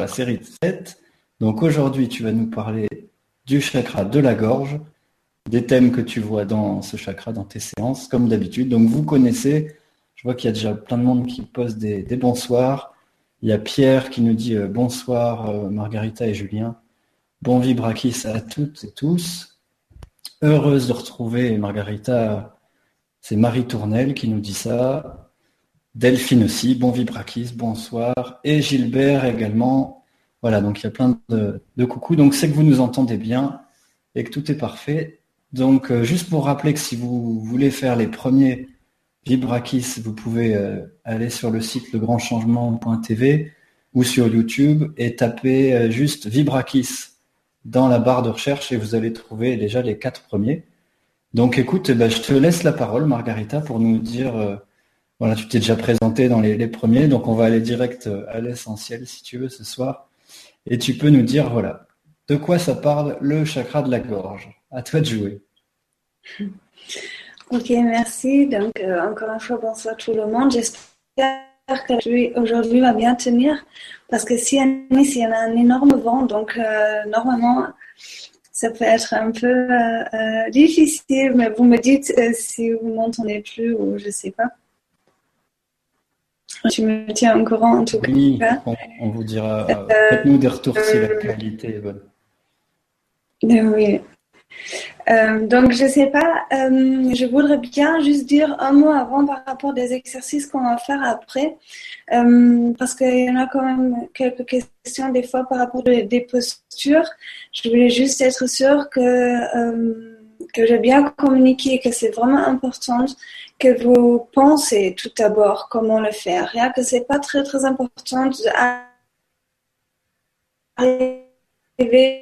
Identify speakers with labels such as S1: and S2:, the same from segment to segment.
S1: la série de 7. Donc aujourd'hui, tu vas nous parler du chakra de la gorge, des thèmes que tu vois dans ce chakra, dans tes séances, comme d'habitude. Donc vous connaissez, je vois qu'il y a déjà plein de monde qui pose des bonsoirs. Il y a Pierre qui nous dit bonsoir Margarita et Julien. Bon vibrakis à toutes et tous. Heureuse de retrouver Margarita, c'est Marie Tournelle qui nous dit ça. Delphine aussi, bon vibrakis, bonsoir. Et Gilbert également. Voilà, donc il y a plein de coucou. Donc c'est que vous nous entendez bien et que tout est parfait. Donc juste pour rappeler que si vous voulez faire les premiers vibrakis, vous pouvez aller sur le site legrandchangement.tv ou sur YouTube et taper juste vibrakis dans la barre de recherche et vous allez trouver déjà les 4 premiers. Donc écoute, je te laisse la parole, Margarita, pour nous dire, voilà, tu t'es déjà présenté dans les premiers, donc on va aller direct à l'essentiel si tu veux ce soir. Et tu peux nous dire, voilà, de quoi ça parle le chakra de la gorge. À toi de jouer.
S2: Ok, merci. Donc encore une fois, bonsoir tout le monde. J'espère que aujourd'hui va bien tenir parce que s'il y en a un énorme vent, donc normalement ça peut être un peu difficile, mais vous me dites si vous m'entendez plus ou je sais pas. Tu me tiens au courant en tout cas.
S1: Oui, on vous dira. Faites-nous des retours si la qualité est bonne.
S2: Oui. Donc je sais pas, je voudrais bien juste dire un mot avant par rapport des exercices qu'on va faire après, parce qu'il y en a quand même quelques questions des fois par rapport des postures. Je voulais juste être sûre que j'ai bien communiqué, que c'est vraiment important que vous pensez tout d'abord comment le faire. Rien que c'est pas très très important d'arriver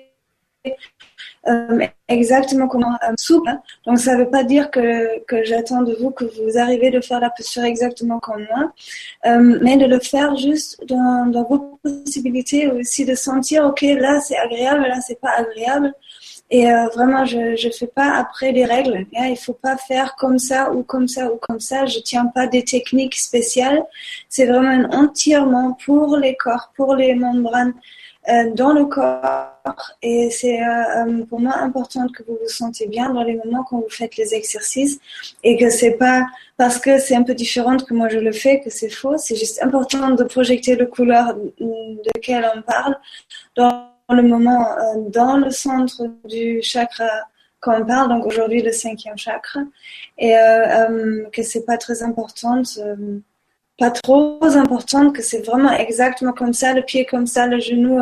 S2: exactement comment souple. Donc ça ne veut pas dire que j'attends de vous que vous arrivez de faire la posture exactement comme moi, mais de le faire juste dans vos possibilités aussi, de sentir ok là c'est agréable, là c'est pas agréable. Et vraiment, je fais pas après des règles. Hein, il faut pas faire comme ça ou comme ça ou comme ça. Je tiens pas des techniques spéciales. C'est vraiment un étirement pour les corps, pour les membranes dans le corps. Et c'est pour moi important que vous vous sentez bien dans les moments quand vous faites les exercices et que c'est pas parce que c'est un peu différent que moi je le fais que c'est faux. C'est juste important de projeter le couleur de laquelle on parle dans le moment, dans le centre du chakra quand on parle, donc aujourd'hui le 5e chakra, et que c'est pas très importante, pas trop importante, que c'est vraiment exactement comme ça, le pied comme ça, le genou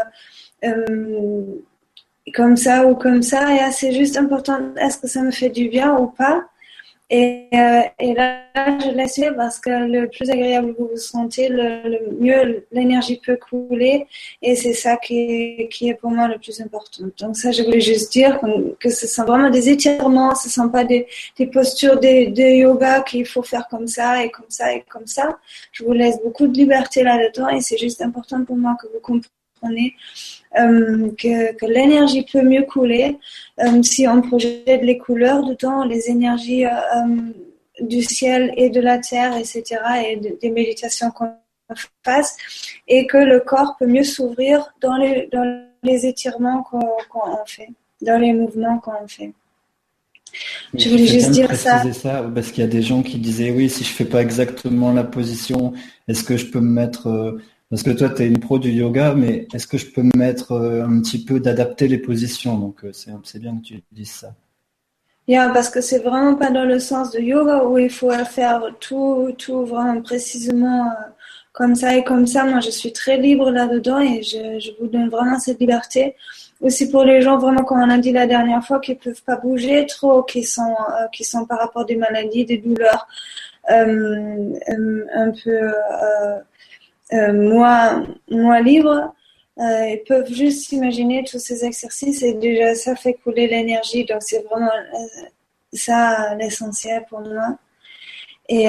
S2: comme ça ou comme ça, et c'est juste important, est-ce que ça me fait du bien ou pas? Et là, je laisse faire parce que le plus agréable vous vous sentez, le mieux l'énergie peut couler. Et c'est ça qui est pour moi le plus important. Donc ça, je voulais juste dire que ce sont vraiment des étirements, ce ne sont pas des postures de yoga qu'il faut faire comme ça et comme ça et comme ça. Je vous laisse beaucoup de liberté là-dedans et c'est juste important pour moi que vous compreniez que l'énergie peut mieux couler si on projette les couleurs dedans, les énergies du ciel et de la terre, etc., et des méditations qu'on fasse, et que le corps peut mieux s'ouvrir dans les étirements qu'on fait, dans les mouvements qu'on fait.
S1: Je voulais juste dire ça, parce qu'il y a des gens qui disaient oui, si je fais pas exactement la position, est-ce que je peux me mettre parce que toi tu es une pro du yoga, mais est-ce que je peux me mettre un petit peu d'adapter les positions? Donc c'est bien que tu dises ça.
S2: Parce que c'est vraiment pas dans le sens de yoga où il faut faire tout vraiment précisément comme ça et comme ça. Moi je suis très libre là-dedans et je vous donne vraiment cette liberté. Aussi pour les gens vraiment, comme on a dit la dernière fois, qui peuvent pas bouger trop, qui sont par rapport à des maladies, des douleurs un peu moins libres, ils peuvent juste s'imaginer tous ces exercices et déjà ça fait couler l'énergie. Donc c'est vraiment ça l'essentiel pour moi. Et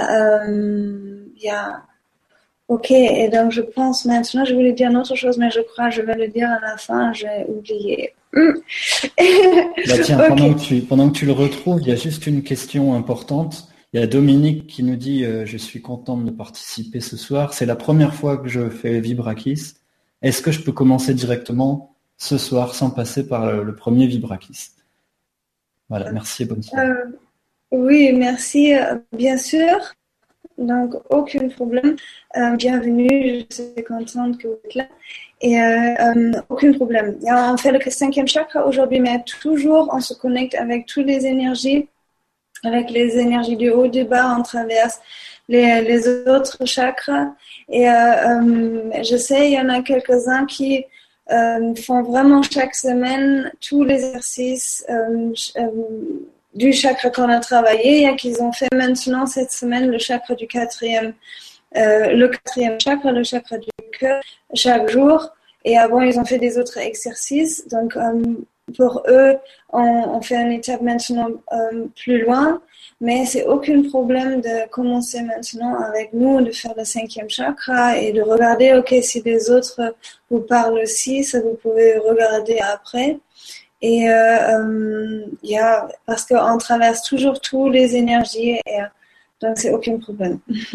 S2: ok, et donc je pense maintenant, je voulais dire une autre chose, mais je crois que je vais le dire à la fin, j'ai oublié.
S1: Tiens, okay. pendant que tu le retrouves, il y a juste une question importante. Il y a Dominique qui nous dit je suis contente de participer ce soir. C'est la première fois que je fais Vibrakis est-ce que je peux commencer directement ce soir sans passer par le premier Vibrakis? Voilà, merci et bonne soirée.
S2: Oui, merci, bien sûr. Donc, aucun problème. Bienvenue, je suis contente que vous êtes là. Et aucun problème. On fait le 5e chakra aujourd'hui, mais toujours on se connecte avec toutes les énergies, avec les énergies du haut, du bas, on traverse les autres chakras. Et je sais, il y en a quelques-uns qui font vraiment chaque semaine tous les exercices du chakra qu'on a travaillé et qu'ils ont fait maintenant cette semaine le chakra du le 4e chakra, le chakra du cœur, chaque jour. Et avant, ils ont fait des autres exercices. Donc, pour eux, on fait une étape maintenant plus loin. Mais c'est aucun problème de commencer maintenant avec nous, de faire le 5e chakra et de regarder, ok, si les autres vous parlent aussi, ça vous pouvez regarder après. Et parce qu'on traverse toujours toutes les énergies, et donc c'est aucun problème.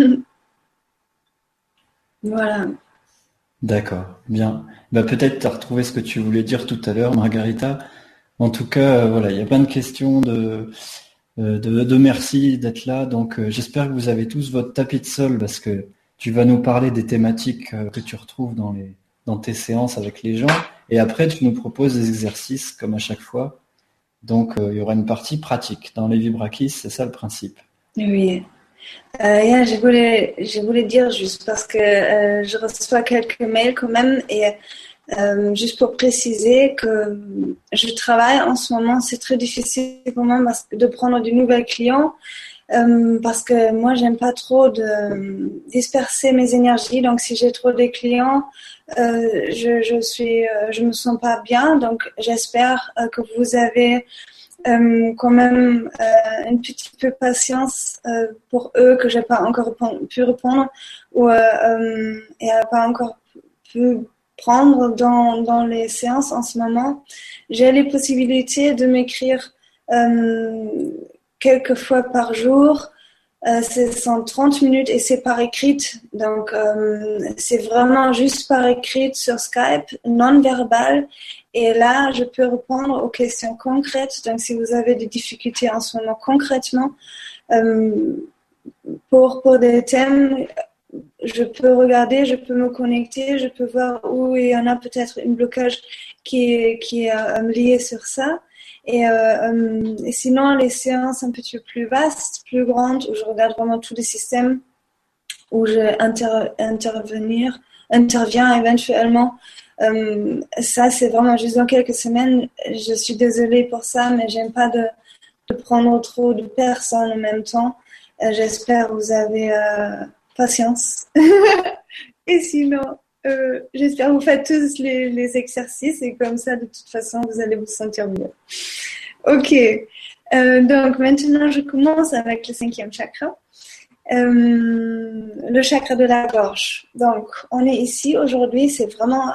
S2: Voilà.
S1: D'accord, bien. Peut-être tu as retrouvé ce que tu voulais dire tout à l'heure, Margarita. En tout cas, voilà, il y a plein de questions de merci d'être là. Donc, j'espère que vous avez tous votre tapis de sol parce que tu vas nous parler des thématiques que tu retrouves dans tes séances avec les gens. Et après, tu nous proposes des exercices comme à chaque fois. Donc, il y aura une partie pratique. Dans les Vibrakis, c'est ça le principe.
S2: Oui. Je voulais dire juste parce que je reçois quelques mails quand même et juste pour préciser que je travaille en ce moment, c'est très difficile pour moi de prendre de nouveaux clients parce que moi j'aime pas trop de disperser mes énergies. Donc si j'ai trop de clients, je me sens pas bien. Donc j'espère que vous avez quand même une petite peu patience pour eux que j'ai pas encore pu répondre ou et pas encore pu prendre dans les séances en ce moment. J'ai les possibilités de m'écrire quelques fois par jour. C'est 130 minutes et c'est par écrit. Donc, c'est vraiment juste par écrit sur Skype, non-verbal. Et là, je peux répondre aux questions concrètes. Donc, si vous avez des difficultés en ce moment concrètement, pour des thèmes, je peux regarder, je peux me connecter, je peux voir où il y en a peut-être un blocage qui est lié sur ça. Et sinon, les séances un petit peu plus vastes, plus grandes, où je regarde vraiment tous les systèmes, où je interviens éventuellement. Ça, c'est vraiment juste dans quelques semaines. Je suis désolée pour ça, mais j'aime pas de prendre trop de personnes en même temps. J'espère que vous avez patience. Et sinon, j'espère que vous faites tous les exercices et comme ça, de toute façon, vous allez vous sentir mieux. Ok. Donc, maintenant, je commence avec le 5e chakra. Le chakra de la gorge. Donc, on est ici aujourd'hui, c'est vraiment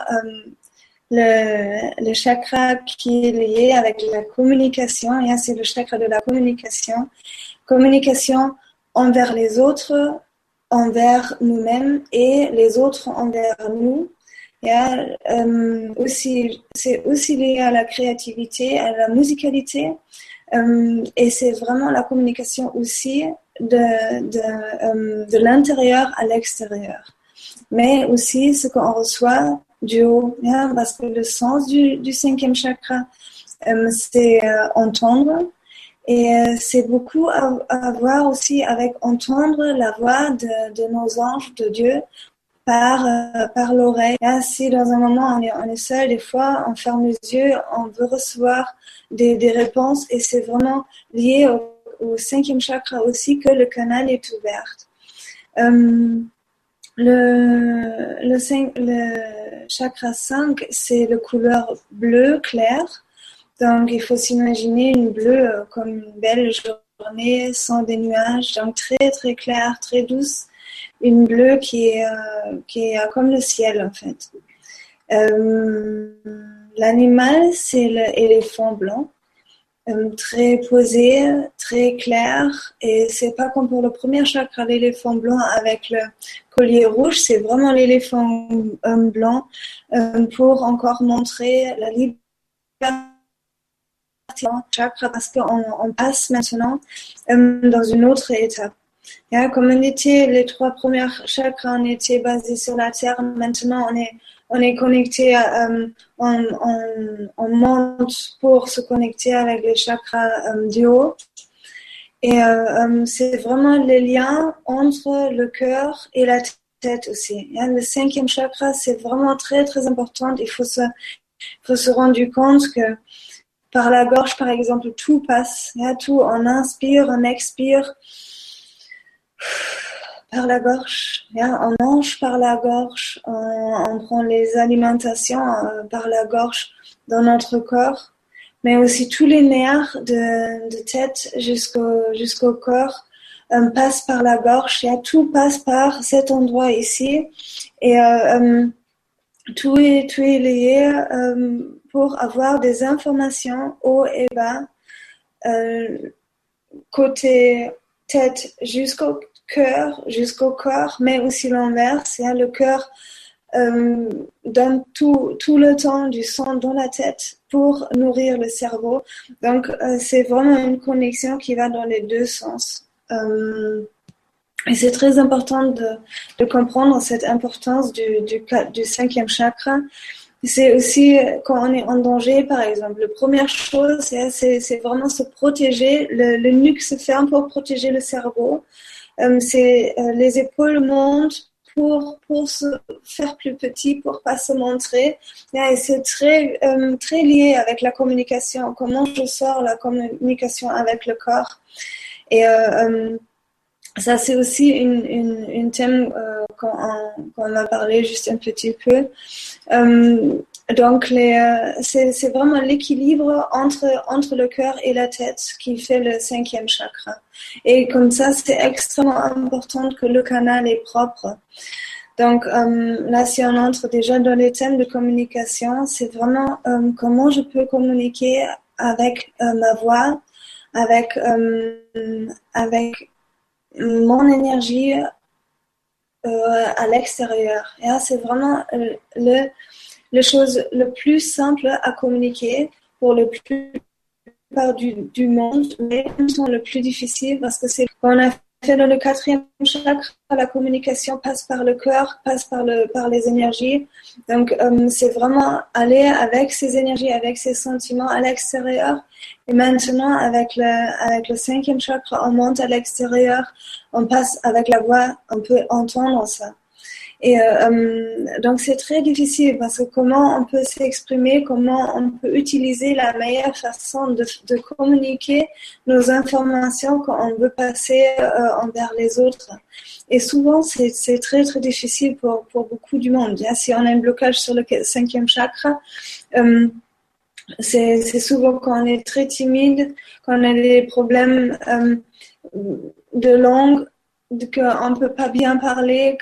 S2: le chakra qui est lié avec la communication. Et c'est le chakra de la communication. Communication envers les autres, envers nous-mêmes et les autres envers nous. C'est aussi lié à la créativité, à la musicalité. Et c'est vraiment la communication aussi de l'intérieur à l'extérieur. Mais aussi ce qu'on reçoit du haut, parce que le sens du 5e chakra, c'est entendre. Et c'est beaucoup à voir aussi avec entendre la voix de nos anges, de Dieu, par l'oreille. Si dans un moment on est seul, des fois on ferme les yeux, on veut recevoir des réponses et c'est vraiment lié au 5e chakra aussi que le canal est ouvert. Le chakra 5, c'est la couleur bleu clair. Donc, il faut s'imaginer une bleue comme une belle journée sans des nuages, donc très très claire, très douce. Une bleue qui est comme le ciel en fait. L'animal, c'est l'éléphant blanc. très posé, très clair. Et c'est pas comme pour le premier chakra, l'éléphant blanc avec le collier rouge, c'est vraiment l'éléphant blanc pour encore montrer la liberté chakra parce qu'on passe maintenant dans une autre étape. Comme on était, les 3 premières chakras, on était basés sur la terre. Maintenant, on est connecté, on monte pour se connecter avec les chakras du haut. Et c'est vraiment le lien entre le cœur et la tête aussi. Le 5e chakra, c'est vraiment très, très important. Il faut se rendre compte que par la gorge, par exemple, tout passe. Tout, on inspire, on expire par la gorge. On mange par la gorge, on prend les alimentations par la gorge dans notre corps, mais aussi tous les nerfs de tête jusqu'au corps passent par la gorge. Tout passe par cet endroit ici. Et tout est lié pour avoir des informations haut et bas, côté tête jusqu'au cœur, jusqu'au corps, mais aussi l'inverse. Le cœur donne tout le temps du sang dans la tête pour nourrir le cerveau. Donc, c'est vraiment une connexion qui va dans les deux sens. Et c'est très important de comprendre cette importance du 5e chakra. C'est aussi quand on est en danger, par exemple. La première chose, c'est vraiment se protéger. Le nuque se ferme pour protéger le cerveau. Les épaules montent pour se faire plus petit, pour pas se montrer. Et c'est très lié avec la communication. Comment je sors la communication avec le corps. Et ça, c'est aussi une thème qu'on va parler juste un petit peu. Donc, c'est vraiment l'équilibre entre le cœur et la tête qui fait le 5e chakra. Et comme ça, c'est extrêmement important que le canal est propre. Donc, là, si on entre déjà dans les thèmes de communication, c'est vraiment comment je peux communiquer avec ma voix, avec mon énergie à l'extérieur. C'est vraiment le chose le plus simple à communiquer pour le plupart du monde, mais le plus difficile parce que c'est quand on a fait dans le 4e chakra, la communication passe par le cœur, passe par les énergies. Donc, c'est vraiment aller avec ces énergies, avec ces sentiments à l'extérieur. Et maintenant, avec le 5e chakra, on monte à l'extérieur, on passe avec la voix, on peut entendre ça. Et donc, c'est très difficile parce que comment on peut s'exprimer, comment on peut utiliser la meilleure façon de communiquer nos informations quand on veut passer envers les autres. Et souvent, c'est très, très difficile pour beaucoup du monde. Si on a un blocage sur le 5e chakra, c'est souvent quand on est très timide, quand on a des problèmes de langue, qu'on ne peut pas bien parler,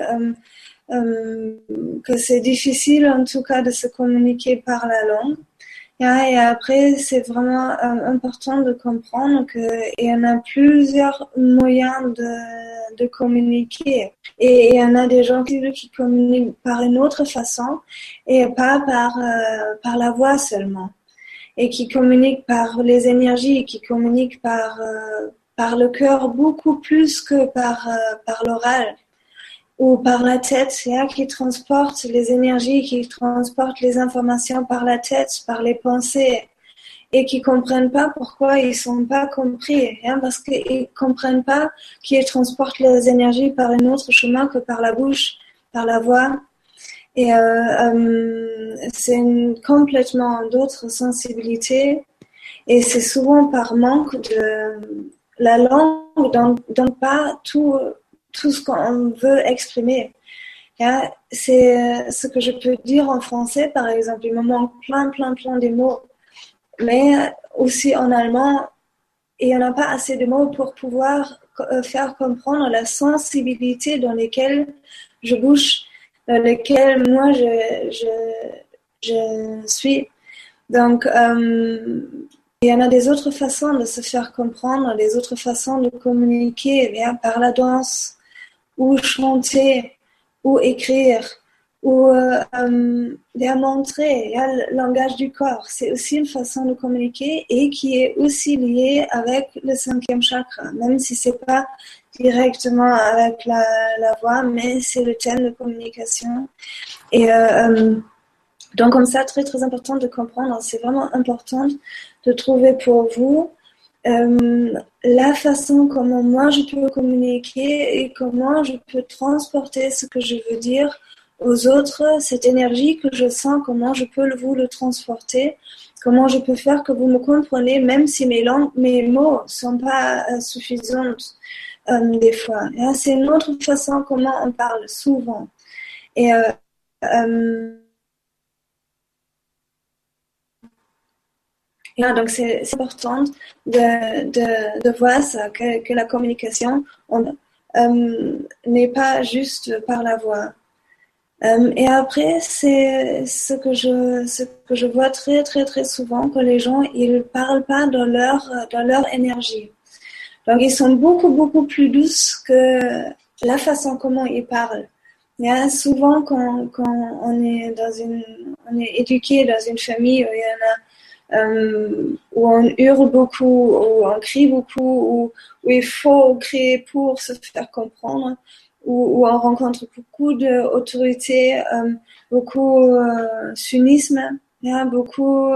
S2: que c'est difficile en tout cas de se communiquer par la langue. Et après, c'est vraiment important de comprendre qu'il y en a plusieurs moyens de communiquer. Et il y en a des gens qui communiquent par une autre façon et pas par la voix seulement. Et qui communiquent par les énergies, qui communiquent par le cœur beaucoup plus que par l'oral. Ou par la tête, qui transporte les énergies, qui transporte les informations par la tête, par les pensées, et qui comprennent pas pourquoi ils sont pas compris, parce qu'ils comprennent pas qu'ils transportent les énergies par un autre chemin que par la bouche, par la voix. Et c'est complètement d'autres sensibilités, et c'est souvent par manque de la langue, donc pas tout ce qu'on veut exprimer. C'est ce que je peux dire en français, par exemple. Il me manque plein des mots. Mais aussi en allemand, il n'y en a pas assez de mots pour pouvoir faire comprendre la sensibilité dans laquelle je bouge, dans laquelle moi je suis. Donc, il y en a des autres façons de se faire comprendre, des autres façons de communiquer, bien, par la danse, ou chanter, ou écrire, ou bien montrer, bien, le langage du corps. C'est aussi une façon de communiquer et qui est aussi liée avec le 5e chakra, même si c'est pas directement avec la voix, mais c'est le thème de communication. Et donc comme ça, très très important de comprendre, c'est vraiment important de trouver pour vous la façon comment moi je peux communiquer et comment je peux transporter ce que je veux dire aux autres, cette énergie que je sens, comment je peux vous le transporter, comment je peux faire que vous me comprenez, même si mes mots sont pas suffisants des fois. Et c'est une autre façon comment on parle souvent. Et donc c'est important de voir ça, que la communication n'est pas juste par la voix. Et après, c'est ce que je vois très très très souvent, que les gens ils parlent pas dans leur énergie. Donc ils sont beaucoup beaucoup plus douces que la façon comment ils parlent. Il y a souvent quand on est éduqué dans une famille où il y en a où on hurle beaucoup, où on crie beaucoup, où il faut crier pour se faire comprendre, où on rencontre beaucoup d'autorité, beaucoup cynisme, hein, beaucoup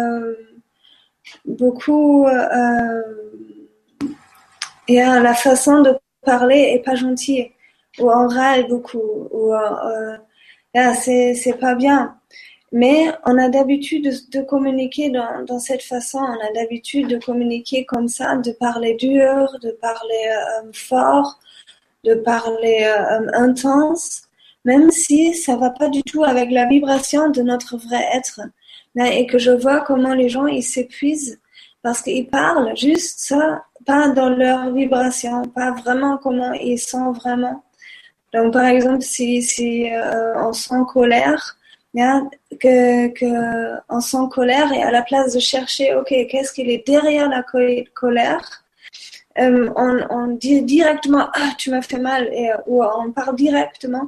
S2: et la façon de parler est pas gentille, où on râle beaucoup, où c'est pas bien. Mais on a d'habitude de communiquer dans cette façon, on a d'habitude de communiquer comme ça, de parler dur, de parler fort, de parler intense, même si ça va pas du tout avec la vibration de notre vrai être. Et que je vois comment les gens ils s'épuisent parce qu'ils parlent juste ça, pas dans leur vibration, pas vraiment comment ils sont vraiment. Donc par exemple, si on sent colère, bien, que on sent colère et à la place de chercher, ok, qu'est-ce qu'il est derrière la colère, on dit directement, ah, tu m'as fait mal, ou on parle directement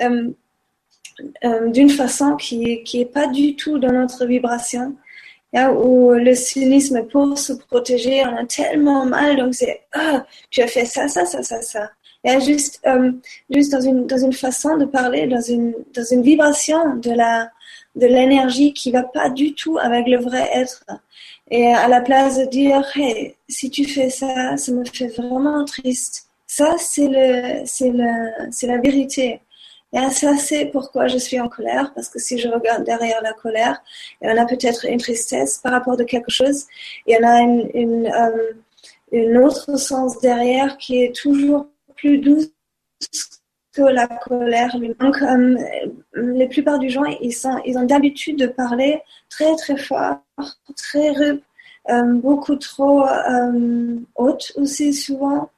S2: d'une façon qui est pas du tout dans notre vibration, où le cynisme pour se protéger, on a tellement mal, donc c'est, ah, tu as fait ça. Juste dans une façon de parler, dans une vibration de l'énergie qui va pas du tout avec le vrai être. Et à la place de dire, hey, si tu fais ça, ça me fait vraiment triste. Ça, c'est la vérité. Et ça, c'est pourquoi je suis en colère, parce que si je regarde derrière la colère, il y en a peut-être une tristesse par rapport de quelque chose. Il y en a une autre sens derrière qui est toujours plus douce que la colère. Donc, la plupart du gens, ils ont d'habitude de parler très très fort, très rude, beaucoup trop haute aussi souvent.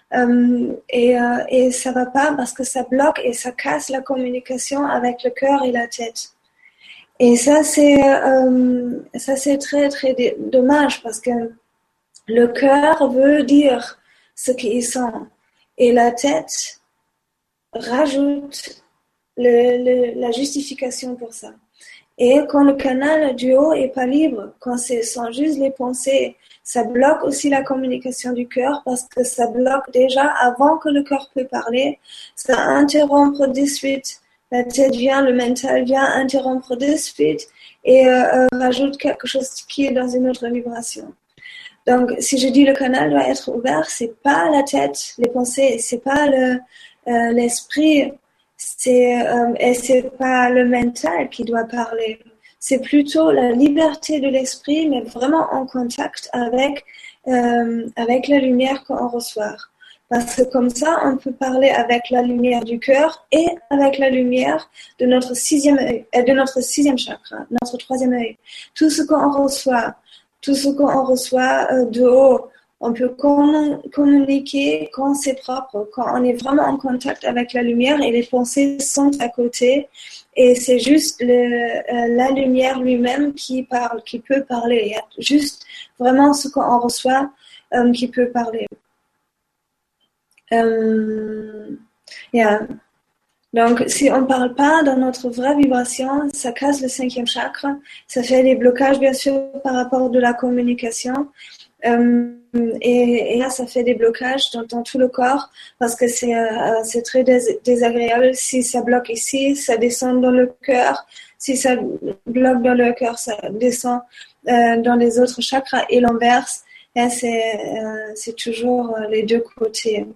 S2: Et ça va pas parce que ça bloque et ça casse la communication avec le cœur et la tête. Et ça c'est très très dommage parce que le cœur veut dire ce qu'il sent et la tête rajoute la justification pour ça. Et quand le canal du haut est pas libre, quand ce sont juste les pensées, ça bloque aussi la communication du cœur parce que ça bloque déjà avant que le cœur peut parler, ça interrompt de suite. La tête vient, le mental vient interrompre de suite et rajoute quelque chose qui est dans une autre vibration. Donc, si je dis le canal doit être ouvert, c'est pas la tête, les pensées, c'est pas l'esprit, et c'est pas le mental qui doit parler. C'est plutôt la liberté de l'esprit, mais vraiment en contact avec la lumière qu'on reçoit. Parce que comme ça, on peut parler avec la lumière du cœur et avec la lumière de notre sixième œil, de notre sixième chakra, notre troisième œil. Tout ce qu'on reçoit de haut On peut communiquer quand c'est propre, quand on est vraiment en contact avec la lumière et les pensées sont à côté. Et c'est juste la lumière lui-même qui parle, qui peut parler. Il y a juste vraiment ce qu'on reçoit qui peut parler. Yeah. Donc, si on ne parle pas dans notre vraie vibration, ça casse le 5e chakra. Ça fait des blocages, bien sûr, par rapport de la communication. Et là, ça fait des blocages dans tout le corps parce que c'est très désagréable. Si ça bloque ici, ça descend dans le cœur. Si ça bloque dans le cœur, ça descend dans les autres chakras et l'inverse. Et c'est toujours les deux côtés.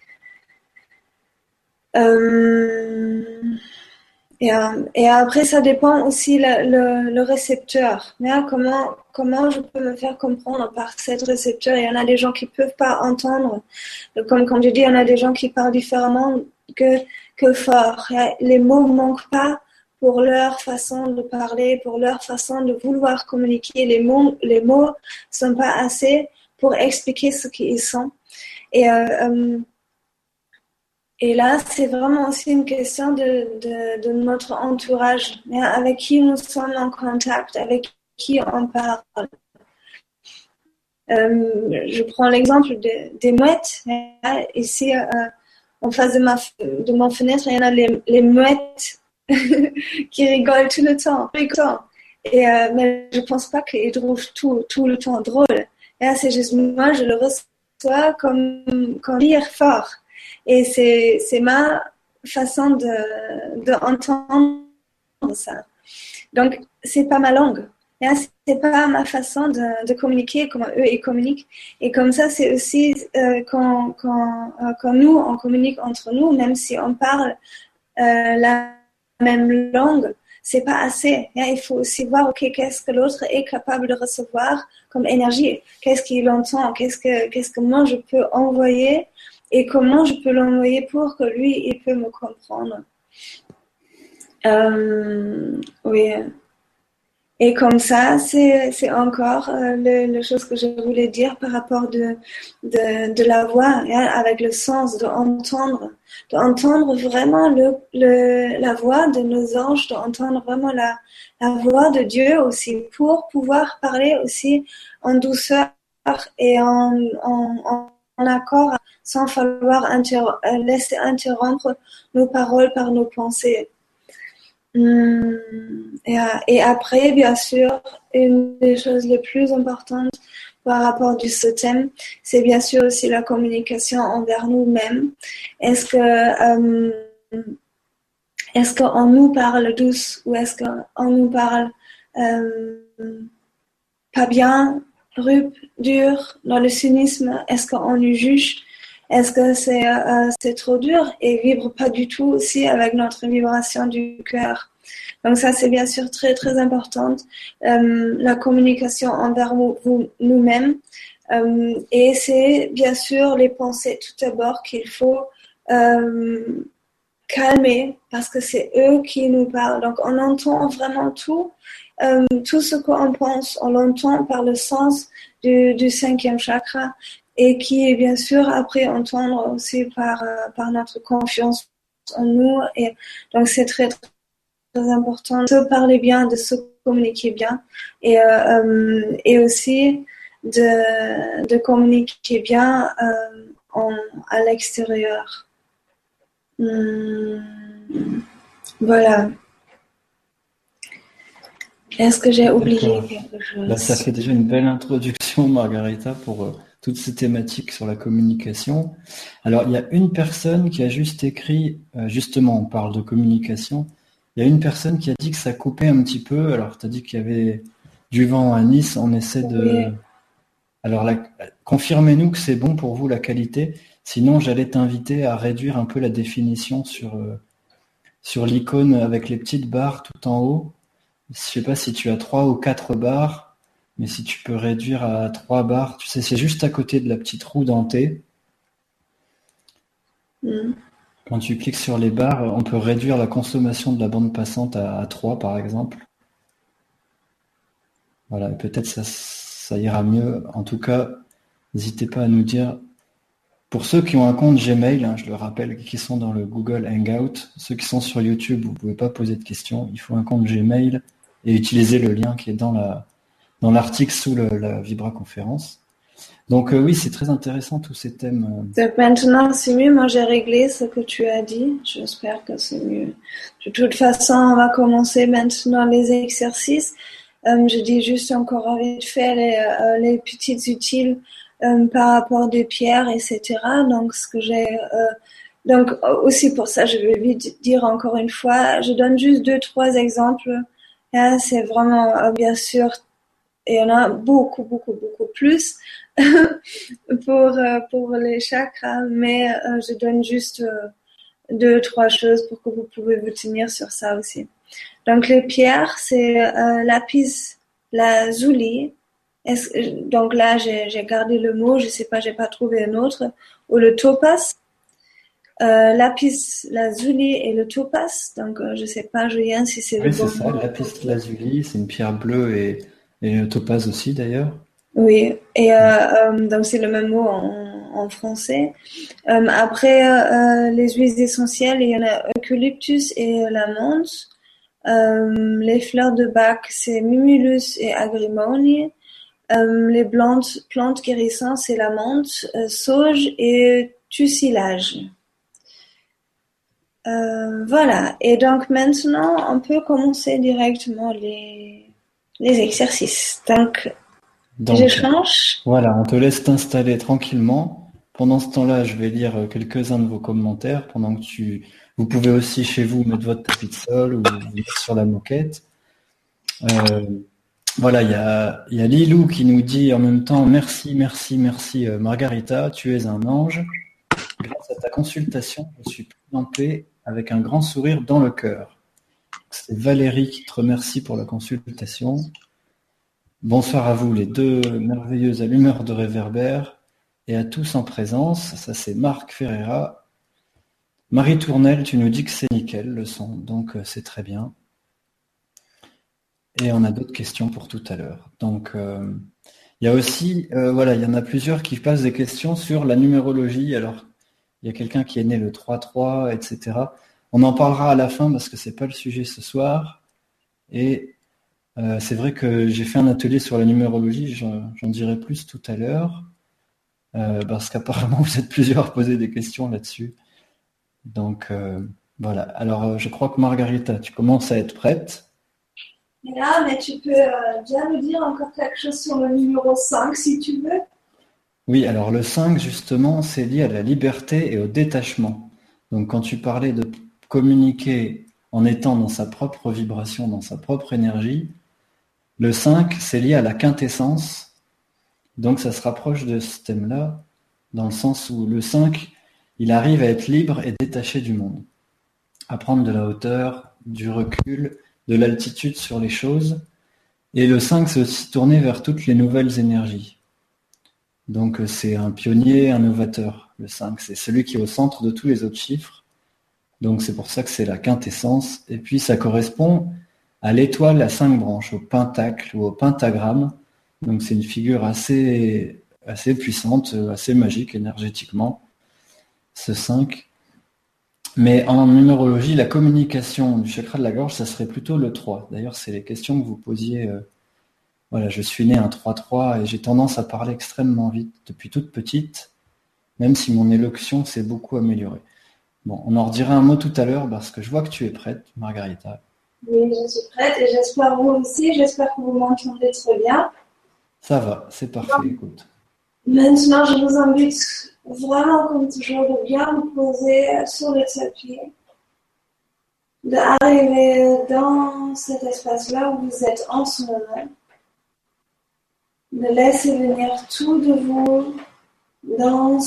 S2: Et après, ça dépend aussi le récepteur. Comment je peux me faire comprendre par cet récepteur? Il y en a des gens qui peuvent pas entendre. Comme je dis, il y en a des gens qui parlent différemment que fort. Les mots manquent pas pour leur façon de parler, pour leur façon de vouloir communiquer. Les mots sont pas assez pour expliquer ce qu'ils sont. Et là, c'est vraiment aussi une question de notre entourage, avec qui nous sommes en contact, avec qui on parle. Je prends l'exemple des mouettes. Ici, en face de ma fenêtre, il y en a les mouettes qui rigolent tout le temps. Mais je ne pense pas qu'ils trouvent tout le temps drôle. C'est juste moi, je le reçois comme rire fort. Et c'est ma façon d'entendre ça. Donc, c'est pas ma langue. C'est pas ma façon de communiquer comme eux ils communiquent. Et comme ça, c'est aussi quand nous, on communique entre nous, même si on parle la même langue, c'est pas assez. Il faut aussi voir, ok, qu'est-ce que l'autre est capable de recevoir comme énergie. Qu'est-ce qu'il entend? Qu'est-ce que moi je peux envoyer? Et comment je peux l'envoyer pour que lui, il peut me comprendre. Oui. Et comme ça, c'est encore la chose que je voulais dire par rapport de la voix, avec le sens d'entendre vraiment la voix de nos anges, d'entendre vraiment la voix de Dieu aussi, pour pouvoir parler aussi en douceur et en accord, sans falloir laisser interrompre nos paroles par nos pensées. Et après, bien sûr, une des choses les plus importantes par rapport à ce thème, c'est bien sûr aussi la communication envers nous-mêmes. Est-ce qu'on nous parle douce ou est-ce qu'on nous parle pas bien, rude, dur, dans le cynisme? Est-ce qu'on nous juge? Est-ce que c'est trop dur et vibre pas du tout aussi avec notre vibration du cœur? Donc ça, c'est bien sûr très, très important. La communication envers nous-mêmes. Et c'est bien sûr les pensées tout d'abord qu'il faut calmer parce que c'est eux qui nous parlent. Donc on entend vraiment tout ce qu'on pense, on l'entend par le sens du 5e chakra. Et qui est bien sûr après entendre aussi par notre confiance en nous. Et donc c'est très, très important de se parler bien, de se communiquer bien et aussi de communiquer bien à l'extérieur. Voilà. Est-ce que j'ai oublié quelque chose?
S1: Ça fait déjà une belle introduction, Margarita, pour toutes ces thématiques sur la communication. Alors, il y a une personne qui a juste écrit, justement, on parle de communication, il y a une personne qui a dit que ça coupait un petit peu. Alors, tu as dit qu'il y avait du vent à Nice, on essaie de...
S2: Oui.
S1: Alors, confirmez-nous que c'est bon pour vous la qualité, sinon j'allais t'inviter à réduire un peu la définition sur l'icône avec les petites barres tout en haut. Je sais pas si tu as 3 ou 4 barres, mais si tu peux réduire à 3 barres, tu sais, c'est juste à côté de la petite roue dentée. Quand tu cliques sur les barres, on peut réduire la consommation de la bande passante à 3 par exemple. Voilà, peut-être ça ira mieux. En tout cas, N'hésitez pas à nous dire. Pour ceux qui ont un compte Gmail, hein, je le rappelle, qui sont dans le Google Hangout, ceux qui sont sur YouTube, vous ne pouvez pas poser de questions. Il faut un compte Gmail et utiliser le lien qui est dans l'article sous la Vibra-conférence. Donc oui, c'est très intéressant tous ces thèmes.
S2: Donc maintenant, c'est mieux. Moi, j'ai réglé ce que tu as dit. J'espère que c'est mieux. De toute façon, on va commencer maintenant les exercices. Je dis juste encore vite fait les petites utiles par rapport des pierres, etc. Donc, ce que j'ai... donc, aussi pour ça, je vais vite dire encore une fois, je donne juste 2-3 exemples. Là, c'est vraiment, bien sûr, et il y en a beaucoup, beaucoup, beaucoup plus pour les chakras, mais je donne juste 2-3 choses pour que vous pouvez vous tenir sur ça aussi. Donc les pierres, c'est lapis lazuli. Donc là, j'ai gardé le mot, je sais pas, j'ai pas trouvé un autre. Ou le topaz. Lapis lazuli et le topaz. Donc je sais pas, Julien, si c'est
S1: Oui,
S2: le
S1: c'est
S2: bon
S1: ça,
S2: mot.
S1: lapis lazuli, c'est une pierre bleue et le topaz aussi d'ailleurs.
S2: Oui, et donc c'est le même mot en français. Après, les huiles essentielles, il y en a eucalyptus et la menthe. Les fleurs de bac, c'est mimulus et agrimony. Les plantes guérissantes, c'est la menthe, sauge et tussilage. Voilà. Et donc maintenant, on peut commencer directement les exercices. Donc, je
S1: Donc
S2: change.
S1: voilà, on te laisse t'installer tranquillement. Pendant ce temps-là, je vais lire quelques-uns de vos commentaires pendant que vous pouvez aussi chez vous mettre votre tapis de sol ou vous mettre sur la moquette. Euh, voilà, il y a Lilou qui nous dit en même temps merci, merci, merci Margarita, tu es un ange. Grâce à ta consultation, je suis plus en paix avec un grand sourire dans le cœur. C'est Valérie qui te remercie pour la consultation. Bonsoir à vous les deux merveilleux allumeurs de réverbères et à tous en présence. Ça c'est Marc Ferreira. Marie Tournelle, tu nous dis que c'est nickel le son, donc c'est très bien. Et on a d'autres questions pour tout à l'heure. Donc il y a aussi, voilà, il y en a plusieurs qui passent des questions sur la numérologie. Alors il y a quelqu'un qui est né le 3-3, etc. On en parlera à la fin parce que c'est pas le sujet ce soir. Et c'est vrai que j'ai fait un atelier sur la numérologie, j'en dirai plus tout à l'heure, parce qu'apparemment vous êtes plusieurs à poser des questions là-dessus. Donc voilà. Alors je crois que Margarita, tu commences à être prête.
S2: Là, mais tu peux bien nous dire encore quelque chose sur le numéro 5 si tu veux.
S1: Oui, alors le 5, justement, c'est lié à la liberté et au détachement. Donc quand tu parlais de communiquer en étant dans sa propre vibration, dans sa propre énergie, le 5, c'est lié à la quintessence. Donc ça se rapproche de ce thème-là, dans le sens où le 5, il arrive à être libre et détaché du monde, à prendre de la hauteur, du recul, de l'altitude sur les choses. Et le 5, c'est aussi tourné vers toutes les nouvelles énergies. Donc c'est un pionnier, un novateur. Le 5, c'est celui qui est au centre de tous les autres chiffres. Donc c'est pour ça que c'est la quintessence. Et puis ça correspond à l'étoile à 5 branches, au pentacle ou au pentagramme. Donc c'est une figure assez puissante, assez magique énergétiquement, ce 5. Mais en numérologie, la communication du chakra de la gorge, ça serait plutôt le 3. D'ailleurs, c'est les questions que vous posiez. Voilà, je suis né un 3-3 et j'ai tendance à parler extrêmement vite depuis toute petite, même si mon élocution s'est beaucoup améliorée. Bon, on en redira un mot tout à l'heure parce que je vois que tu es prête, Margarita.
S2: Oui, je suis prête et j'espère vous aussi. J'espère que vous m'entendez très bien.
S1: Ça va, c'est parfait, écoute.
S2: Maintenant, je vous invite vraiment, comme toujours, de bien vous poser sur le tapis, d'arriver dans cet espace-là où vous êtes en ce moment, de laisser venir tout de vous dans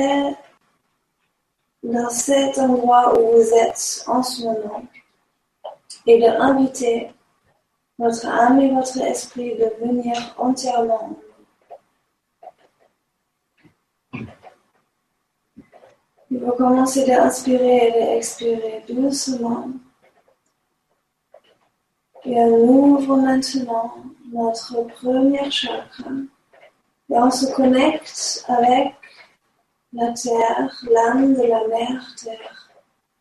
S2: cet endroit où vous êtes en ce moment et d'inviter votre âme et votre esprit de venir entièrement. Vous commencez d'inspirer et d'expirer doucement. Et on ouvre maintenant notre premier chakra, Et on se connecte avec la terre, l'âme de la mère terre.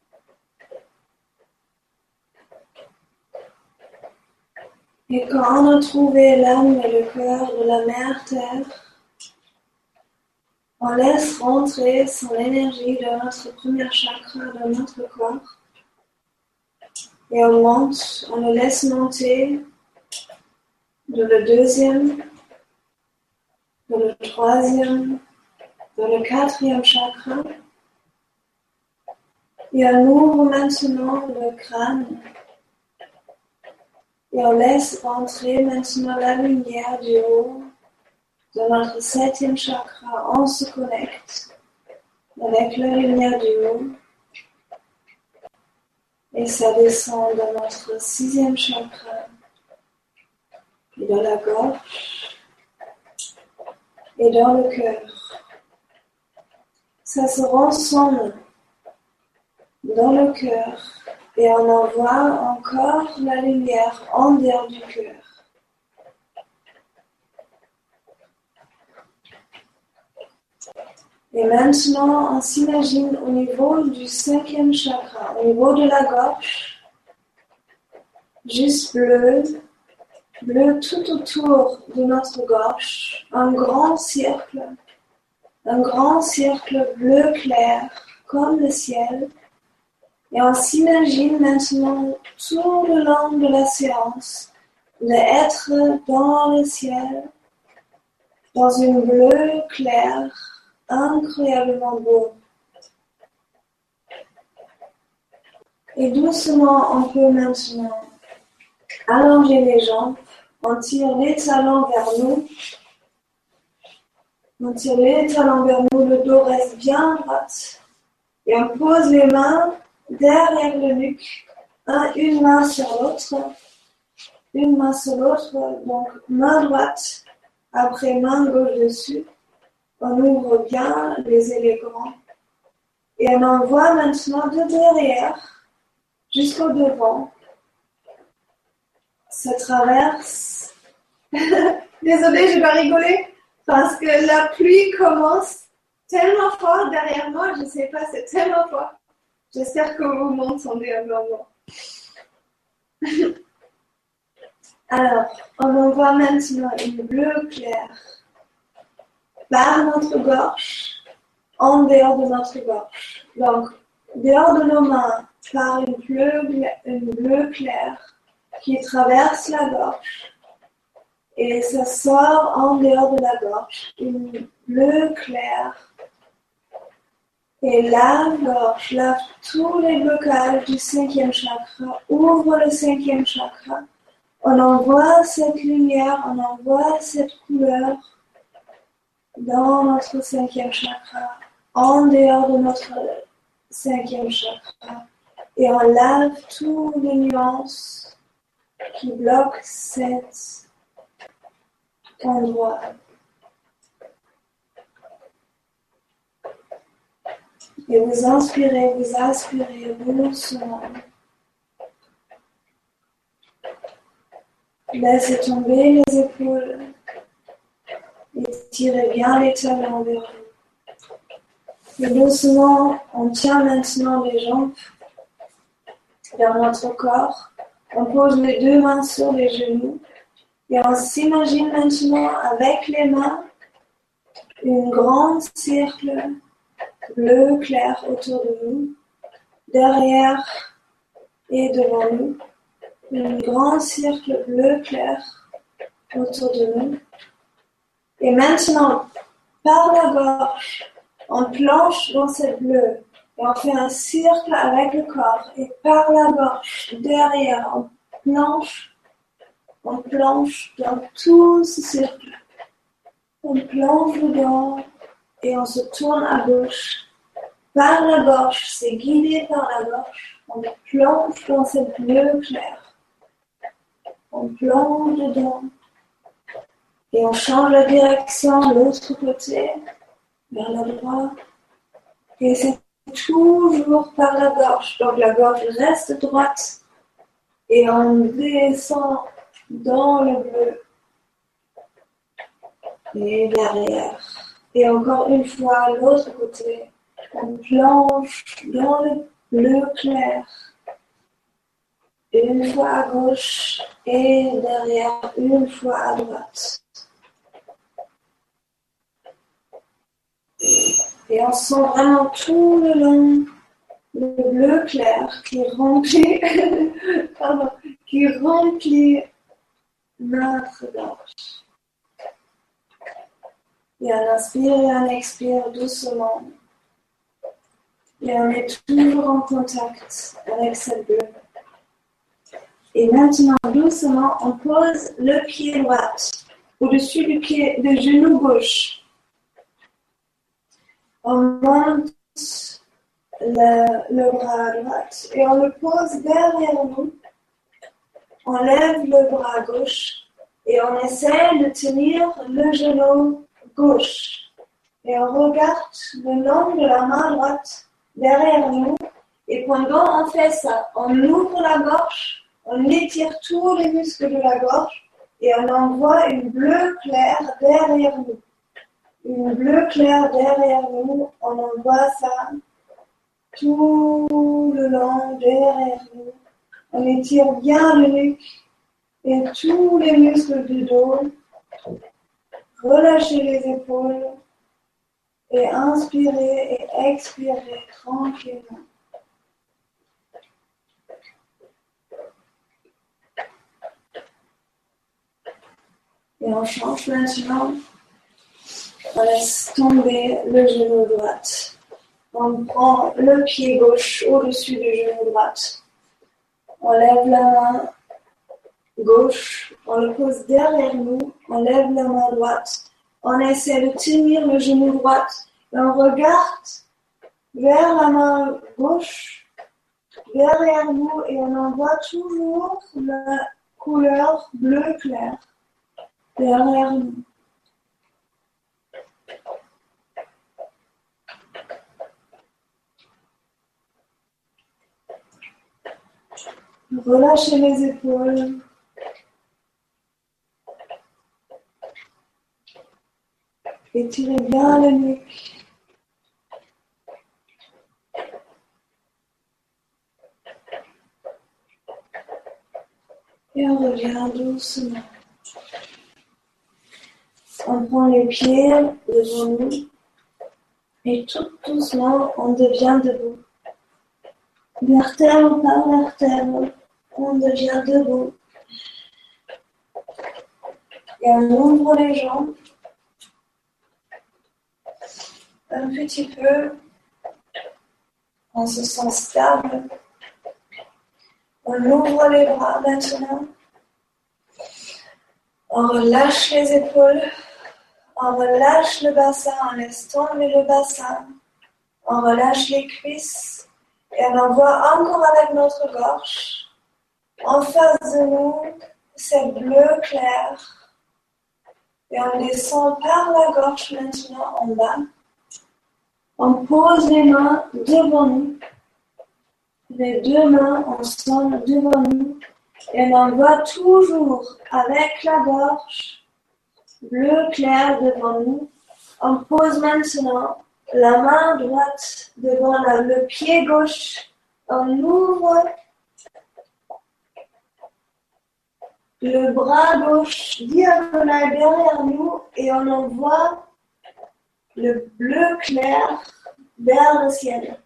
S2: Et quand on a trouvé l'âme et le cœur de la mère terre, on laisse rentrer son énergie dans notre premier chakra, dans notre corps. Et on monte, on le laisse monter dans le deuxième, dans le troisième, dans le quatrième chakra. Et on ouvre maintenant le crâne. Et on laisse rentrer maintenant la lumière du haut de notre septième chakra. On se connecte avec la lumière du haut. Et ça descend dans notre sixième chakra. Et dans la gorge. Et dans le cœur. Ça se rassemble dans le cœur. Et on envoie encore la lumière en dehors du cœur. Et maintenant, on s'imagine au niveau du cinquième chakra, au niveau de la gorge, juste bleu tout autour de notre gorge, un grand circle bleu clair, comme le ciel. Et on s'imagine maintenant tout le long de la séance d'être dans le ciel, dans une bleu clair, incroyablement beau. Et doucement, on peut maintenant allonger les jambes, on tire les talons vers nous, le dos reste bien droit, et on pose les mains derrière le nuque, une main sur l'autre, donc main droite, après main gauche dessus. On ouvre bien les élégants et on envoie maintenant de derrière jusqu'au devant. Ça traverse. Désolée, je dois rigoler parce que la pluie commence tellement fort derrière moi, je ne sais pas, c'est tellement fort. J'espère que vous m'entendez un moment. Alors, on envoie maintenant une bleue claire par notre gorge, en dehors de notre gorge. Donc, dehors de nos mains, par une bleue claire qui traverse la gorge. Et ça sort en dehors de la gorge, une bleue claire. Et la gorge lave tous les blocages du cinquième chakra, ouvre le cinquième chakra. On envoie cette lumière, on envoie cette couleur dans notre cinquième chakra, en dehors de notre cinquième chakra. Et on lave toutes les nuances qui bloquent cet endroit. Et vous inspirez, vous aspirez doucement. Laissez tomber les épaules. Étirez bien les talons vers vous. Et doucement, on tient maintenant les jambes vers notre corps. On pose les deux mains sur les genoux. Et on s'imagine maintenant avec les mains un grand cercle bleu clair autour de nous, derrière et devant nous. Un grand cercle bleu clair autour de nous. Et maintenant, par la gorge, on plonge dans cette bleue et on fait un cercle avec le corps. Et par la gorge, derrière, on plonge dans tout ce cercle. On plonge dedans et on se tourne à gauche. Par la gorge, c'est guidé par la gorge. On plonge dans cette bleue claire. On plonge dedans. Et on change la direction de l'autre côté, vers la droite. Et c'est toujours par la gorge. Donc la gorge reste droite. Et on descend dans le bleu. et derrière. Et encore une fois, l'autre côté. On plonge dans le bleu clair. Une fois à gauche et derrière, une fois à droite. Et on sent vraiment tout le long le bleu clair qui remplit, qui remplit notre gorge. Et on inspire et on expire doucement. Et on est toujours en contact avec cette bleu. Et maintenant, doucement, on pose le pied droit au-dessus du genou gauche. On monte le bras droit et on le pose derrière nous. On lève le bras gauche et on essaie de tenir le genou gauche. Et on regarde le long de la main droite derrière nous. Et pendant on fait ça, on ouvre la gorge, on étire tous les muscles de la gorge et on envoie une bleue claire derrière nous. Une bleue claire derrière nous, on envoie ça tout le long derrière nous. On étire bien le nuque et tous les muscles du dos. Relâchez les épaules et inspirez et expirez tranquillement. Et on change maintenant. On laisse tomber le genou droit. On prend le pied gauche au-dessus du genou droit. On lève la main gauche, on le pose derrière nous, on lève la main droite. On essaie de tenir le genou droit et on regarde vers la main gauche, derrière nous et on envoie toujours la couleur bleu clair derrière nous. Relâchez les épaules. Étirez bien le nuque. Et on revient doucement. On prend les pieds devant nous. Et tout doucement, on devient debout. Vertèbre par vertèbre, on devient debout. Et on ouvre les jambes un petit peu. On se sent stable. On ouvre les bras maintenant. On relâche les épaules. On relâche le bassin. On laisse tomber le bassin. On relâche les cuisses. Et on envoie encore avec notre gorge. En face de nous, c'est bleu clair. Et on descend par la gorge maintenant en bas. On pose les mains devant nous. Les deux mains ensemble devant nous. Et on envoie toujours avec la gorge bleu clair devant nous. On pose maintenant la main droite devant le pied gauche. On ouvre le bras gauche diagonal derrière nous et on envoie le bleu clair vers le ciel.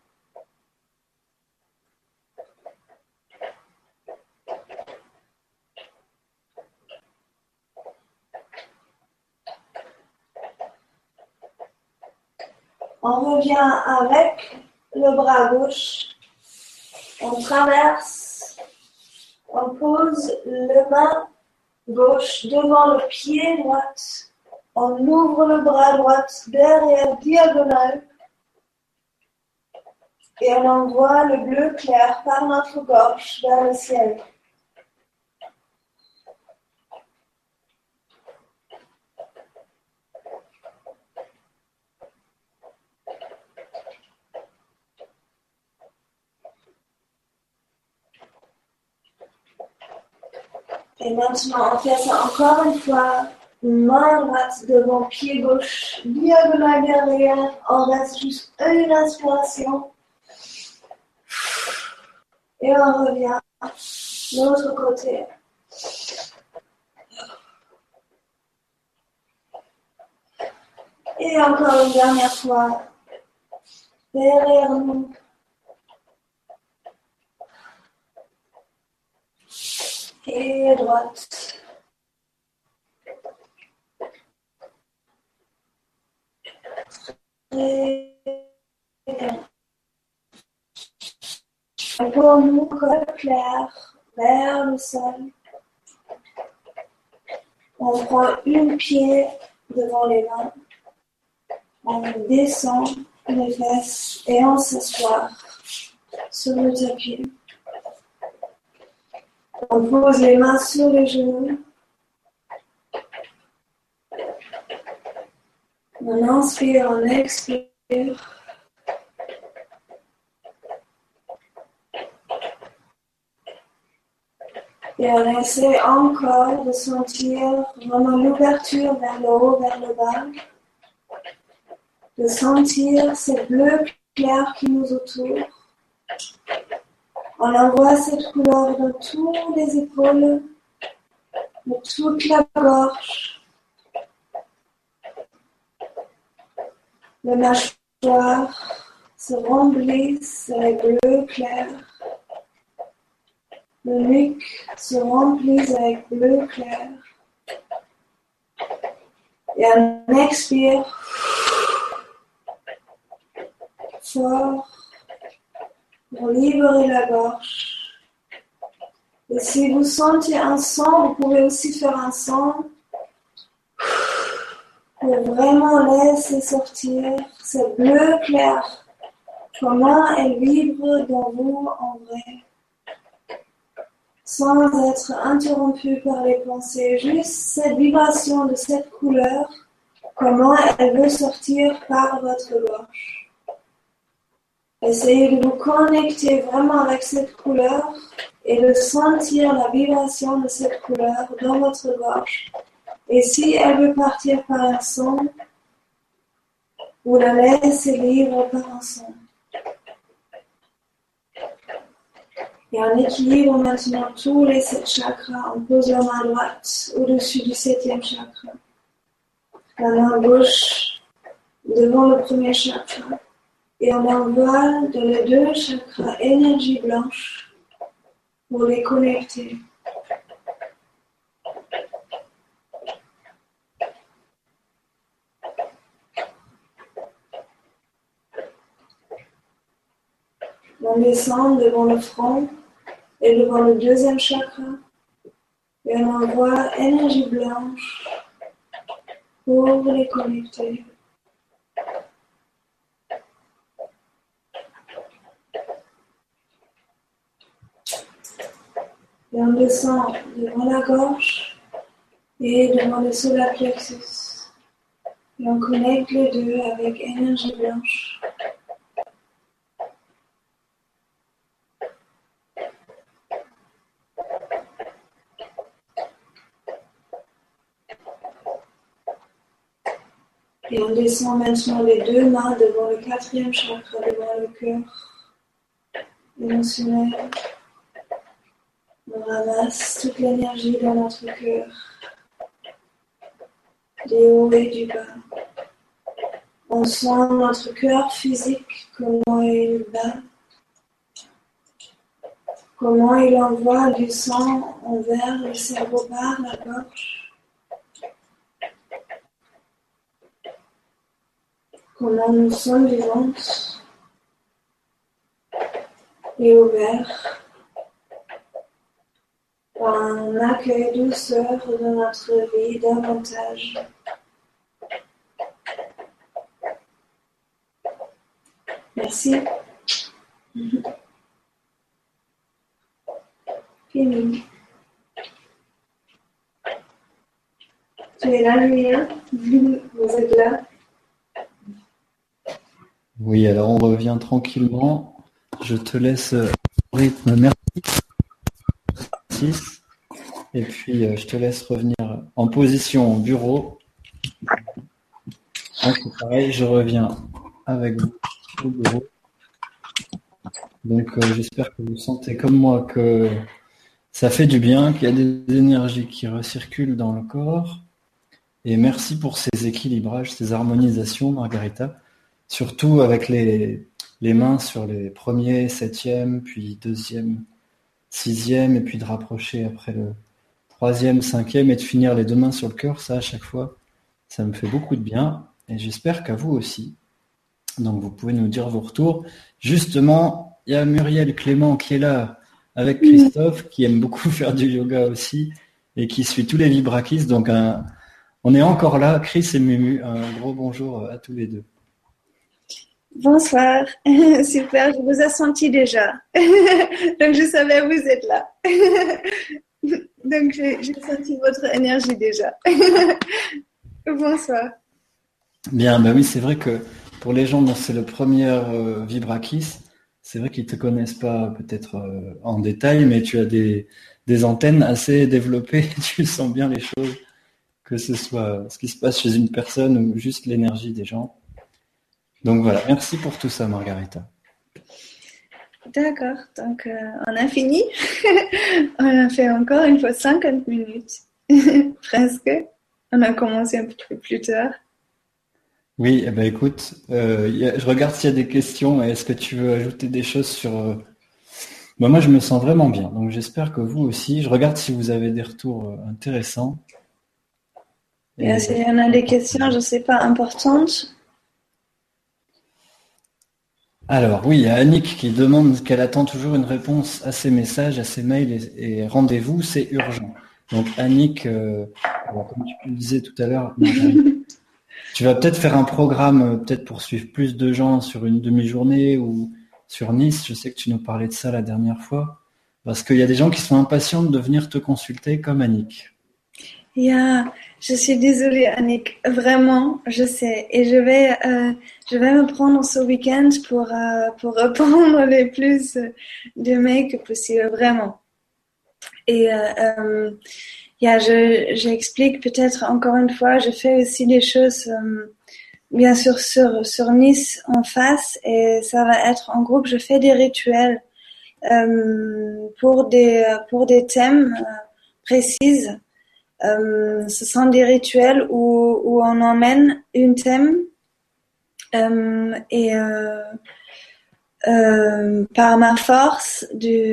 S2: On revient avec le bras gauche. On traverse. On pose le main gauche devant le pied droit. On ouvre le bras droit derrière diagonale. Et on envoie le bleu clair par notre gorge vers le ciel. Et maintenant, on fait ça encore une fois. Main droite devant pied gauche, diagonale derrière. On reste juste une inspiration. Et on revient de l'autre côté. Et encore une dernière fois. Derrière nous. Et droite. Et pour nous, col clair vers le sol. On prend une pied devant les mains. On descend les fesses et on s'assoit sur le tapis. On pose les mains sur les genoux. On inspire, on expire. Et on essaie encore de sentir vraiment l'ouverture vers le haut, vers le bas. De sentir ce bleu clair qui nous entoure. On envoie cette couleur dans toutes les épaules, dans toute la gorge, les mâchoires se remplissent avec bleu clair, le nuque se remplit avec bleu clair. Et on expire fort pour libérer la gorge. Et si vous sentez un son, vous pouvez aussi faire un son pour vraiment laisser sortir ce bleu clair. Comment elle vibre dans vous en vrai, sans être interrompu par les pensées. Juste cette vibration de cette couleur, comment elle veut sortir par votre gorge. Essayez de vous connecter vraiment avec cette couleur et de sentir la vibration de cette couleur dans votre gorge. Et si elle veut partir par un son, vous la laissez libre par un son. Et en équilibre maintenant tous les 7 chakras. On pose la main droite au-dessus du 7e chakra. La main gauche devant le premier chakra. Et on envoie dans les 2 chakras énergie blanche pour les connecter. On descend devant le front et devant le 2e chakra. Et on envoie énergie blanche pour les connecter. Et on descend devant la gorge et devant le solar plexus. Et on connecte les deux avec énergie blanche. Et on descend maintenant les 2 mains devant le 4e chakra, devant le cœur émotionnel. On ramasse toute l'énergie dans notre cœur, du haut et du bas. On sent notre cœur physique, comment il bat, comment il envoie du sang envers le cerveau par la gorge, comment nous sommes vivantes et ouverts. Un accueil douceur de notre vie davantage. Merci. Fini. Tu es là, Julien? Vous êtes là?
S1: Oui, alors on revient tranquillement. Je te laisse au rythme. Merci. Et puis, je te laisse revenir en position au bureau. Donc, c'est pareil, je reviens avec vous au bureau. Donc, j'espère que vous sentez comme moi que ça fait du bien, qu'il y a des énergies qui recirculent dans le corps. Et merci pour ces équilibrages, ces harmonisations, Margarita. Surtout avec les mains sur les premiers, septième, puis deuxième, sixième, et puis de rapprocher après le troisième, cinquième, et de finir les deux mains sur le cœur. Ça, à chaque fois, ça me fait beaucoup de bien. Et j'espère qu'à vous aussi. Donc, vous pouvez nous dire vos retours. Justement, il y a Muriel Clément qui est là avec Christophe, qui aime beaucoup faire du yoga aussi, et qui suit tous les Vibrakis. Donc, on est encore là, Chris et Mumu. Un gros bonjour à tous les deux.
S2: Bonsoir, super, je vous ai senti déjà. Donc je savais que vous êtes là. Donc j'ai senti votre énergie déjà. Bonsoir.
S1: Bien, bah oui, c'est vrai que pour les gens dont c'est le premier Vibrakis, c'est vrai qu'ils ne te connaissent pas peut-être en détail, mais tu as des antennes assez développées, tu sens bien les choses, que ce soit ce qui se passe chez une personne ou juste l'énergie des gens. Donc voilà, merci pour tout ça, Margarita.
S2: D'accord, donc on a fini. On a fait encore une fois 50 minutes, presque. On a commencé un peu plus tard.
S1: Oui, eh ben écoute, je regarde s'il y a des questions. Est-ce que tu veux ajouter des choses sur... moi, je me sens vraiment bien, donc j'espère que vous aussi. Je regarde si vous avez des retours intéressants.
S2: Et s'il y en a des questions, je ne sais pas, importantes.
S1: Alors oui, il y a Annick qui demande qu'elle attend toujours une réponse à ses messages, à ses mails et rendez-vous, c'est urgent. Donc Annick, comme tu le disais tout à l'heure, tu vas peut-être faire un programme, peut-être pour suivre plus de gens sur une demi-journée ou sur Nice. Je sais que tu nous parlais de ça la dernière fois, parce qu'il y a des gens qui sont impatients de venir te consulter comme Annick.
S2: Je suis désolée, Annick. Vraiment, je sais. Et je vais me prendre ce week-end pour répondre les plus de mails que possible, vraiment. Et j'explique peut-être encore une fois. Je fais aussi des choses, bien sûr sur Nice en face, et ça va être en groupe. Je fais des rituels pour des thèmes précis. Ce sont des rituels où on emmène une thème et par ma force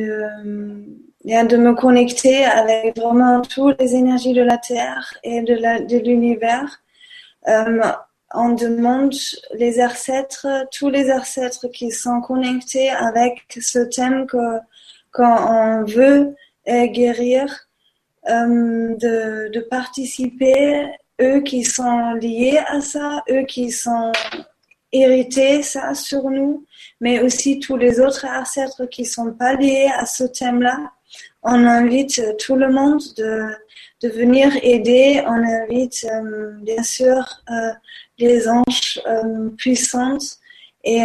S2: de me connecter avec vraiment toutes les énergies de la Terre et de l'univers. On demande tous les ancêtres qui sont connectés avec ce thème qu'on veut guérir. De participer, eux qui sont liés à ça, eux qui sont hérités ça sur nous, mais aussi tous les autres ancêtres qui sont pas liés à ce thème-là. On invite tout le monde de venir aider. On invite bien sûr les anges puissantes et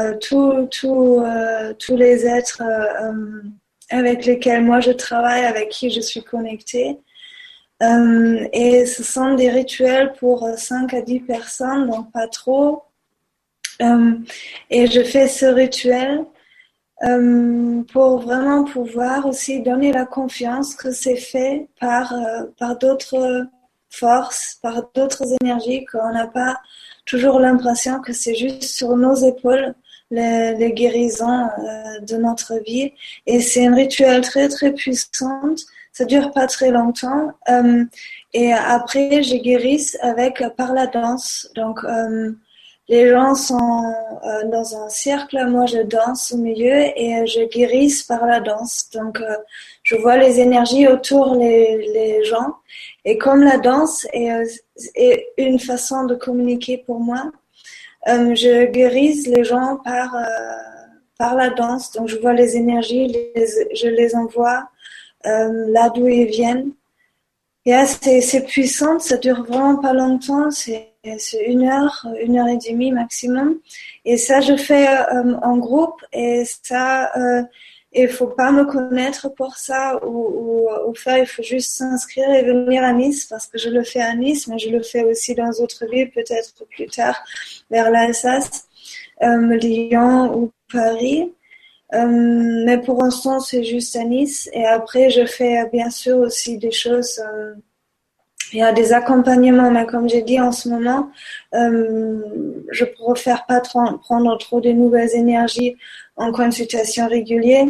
S2: tous les êtres avec lesquels moi je travaille, avec qui je suis connectée. Et ce sont des rituels pour 5 à 10 personnes, donc pas trop. Et je fais ce rituel pour vraiment pouvoir aussi donner la confiance que c'est fait par d'autres forces, par d'autres énergies, qu'on n'a pas toujours l'impression que c'est juste sur nos épaules les guérisons de notre vie. Et c'est un rituel très très puissant. Ça dure pas très longtemps. Et après, je guérisse par la danse. Donc les gens sont dans un cercle, moi je danse au milieu et je guérisse par la danse. Donc je vois les énergies autour les gens. Et comme la danse est une façon de communiquer pour moi, je guéris les gens par la danse. Donc je vois les énergies, je les envoie là d'où ils viennent. Et là, c'est puissant, ça dure vraiment pas longtemps, c'est 1 heure et demie maximum. Et ça, je fais en groupe, et ça, il faut pas me connaître pour ça ou faire, il faut juste s'inscrire et venir à Nice parce que je le fais à Nice, mais je le fais aussi dans d'autres villes, peut-être plus tard, vers l'Alsace, Lyon ou Paris. Mais pour l'instant, c'est juste à Nice. Et après, je fais bien sûr aussi des choses. Il y a des accompagnements, mais comme j'ai dit en ce moment, je préfère pas prendre trop de nouvelles énergies en consultation régulière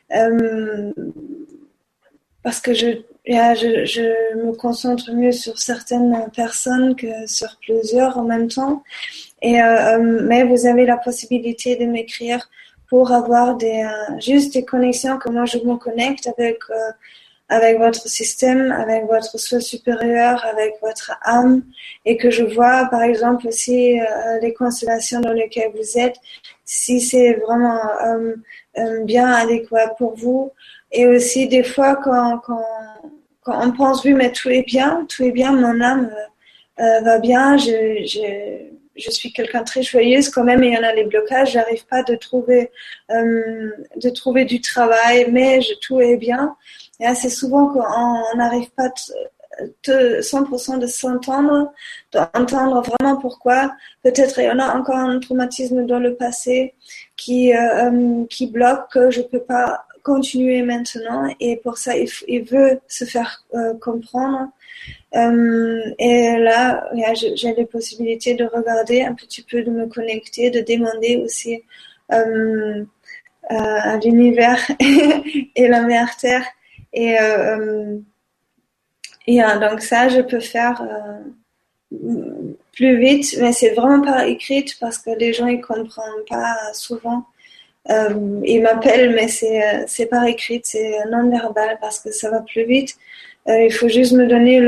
S2: parce que je me concentre mieux sur certaines personnes que sur plusieurs en même temps. Mais vous avez la possibilité de m'écrire pour avoir juste des connexions, comment je me connecte avec votre système, avec votre soi supérieur, avec votre âme, et que je vois, par exemple, aussi les constellations dans lesquelles vous êtes, si c'est vraiment bien adéquat pour vous. Et aussi, des fois, quand on pense, oui, mais tout est bien, mon âme va bien, je suis quelqu'un de très joyeuse quand même, et il y en a les blocages, j'arrive pas de trouver du travail, mais tout est bien. Et là, c'est souvent qu'on n'arrive pas 100% de s'entendre, d'entendre vraiment pourquoi. Peut-être il y en a encore un traumatisme dans le passé qui bloque, que je peux pas continuer maintenant, et pour ça il veut se faire comprendre. Et là, j'ai les possibilités de regarder un petit peu, de me connecter, de demander aussi à l'univers et la mère Terre. Et donc ça, je peux faire plus vite, mais c'est vraiment par écrit parce que les gens ils comprennent pas souvent. Ils m'appellent, mais c'est par écrit, c'est non verbal parce que ça va plus vite. Il faut juste me donner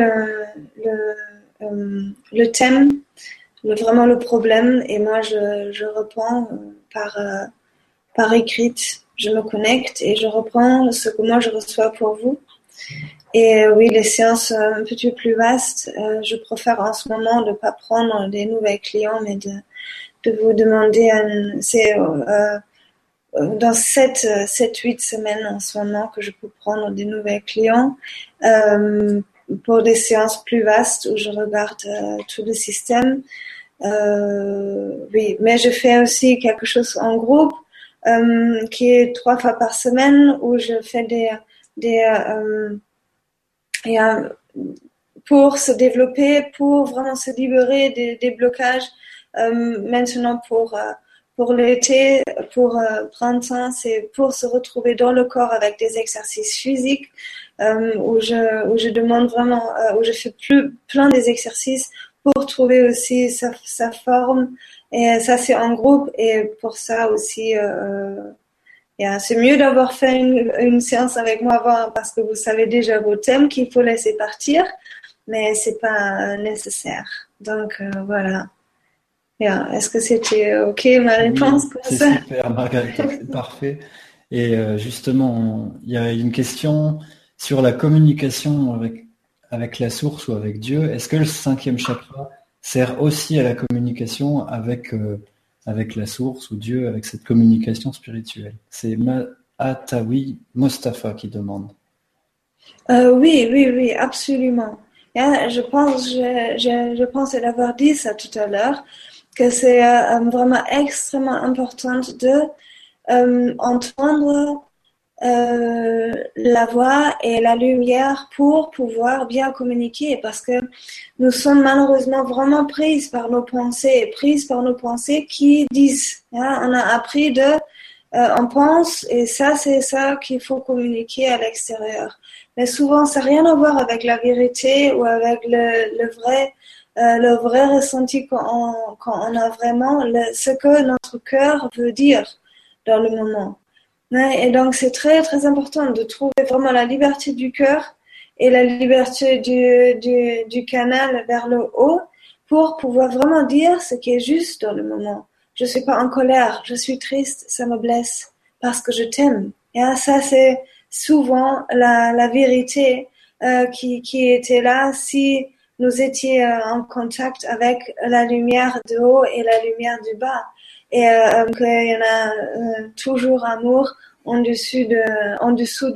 S2: le thème, vraiment le problème, et moi je réponds par écrit. Je me connecte et je reprends ce que moi je reçois pour vous. Et oui, les séances un petit peu plus vastes, je préfère en ce moment de pas prendre des nouveaux clients, mais de vous demander, c'est dans 7-8 semaines en ce moment que je peux prendre des nouveaux clients pour des séances plus vastes où je regarde tout le système. Oui, mais je fais aussi quelque chose en groupe qui est 3 fois par semaine où je fais pour se développer, pour vraiment se libérer des blocages. Maintenant pour l'été, pour printemps, c'est pour se retrouver dans le corps avec des exercices physiques où je demande vraiment, où je fais plein des exercices pour trouver aussi sa forme. Et ça, c'est en groupe. Et pour ça aussi, c'est mieux d'avoir fait une séance avec moi avant parce que vous savez déjà vos thèmes qu'il faut laisser partir, mais c'est pas nécessaire. Donc voilà. Est-ce que c'était OK ma réponse pour
S1: c'est
S2: ça?
S1: super, Margarita, c'est parfait. Et justement, il y a une question sur la communication avec la source ou avec Dieu. Est-ce que le 5e chakra sert aussi à la communication avec la source ou Dieu, avec cette communication spirituelle? C'est Atawi Mostafa qui demande.
S2: Oui, absolument. Je pense l'avoir dit ça tout à l'heure, que c'est vraiment extrêmement important de entendre la voix et la lumière pour pouvoir bien communiquer, parce que nous sommes malheureusement vraiment prises par nos pensées qui disent, on a appris on pense et ça c'est ça qu'il faut communiquer à l'extérieur, mais souvent ça n'a rien à voir avec la vérité ou avec le vrai ressenti quand on a vraiment ce que notre cœur veut dire dans le moment. Et donc, c'est très, très important de trouver vraiment la liberté du cœur et la liberté du canal vers le haut pour pouvoir vraiment dire ce qui est juste dans le moment. Je suis pas en colère, je suis triste, ça me blesse parce que je t'aime. Et ça, c'est souvent la vérité qui était là si nous étions en contact avec la lumière du haut et la lumière du bas. Et qu'il y en a toujours amour en dessous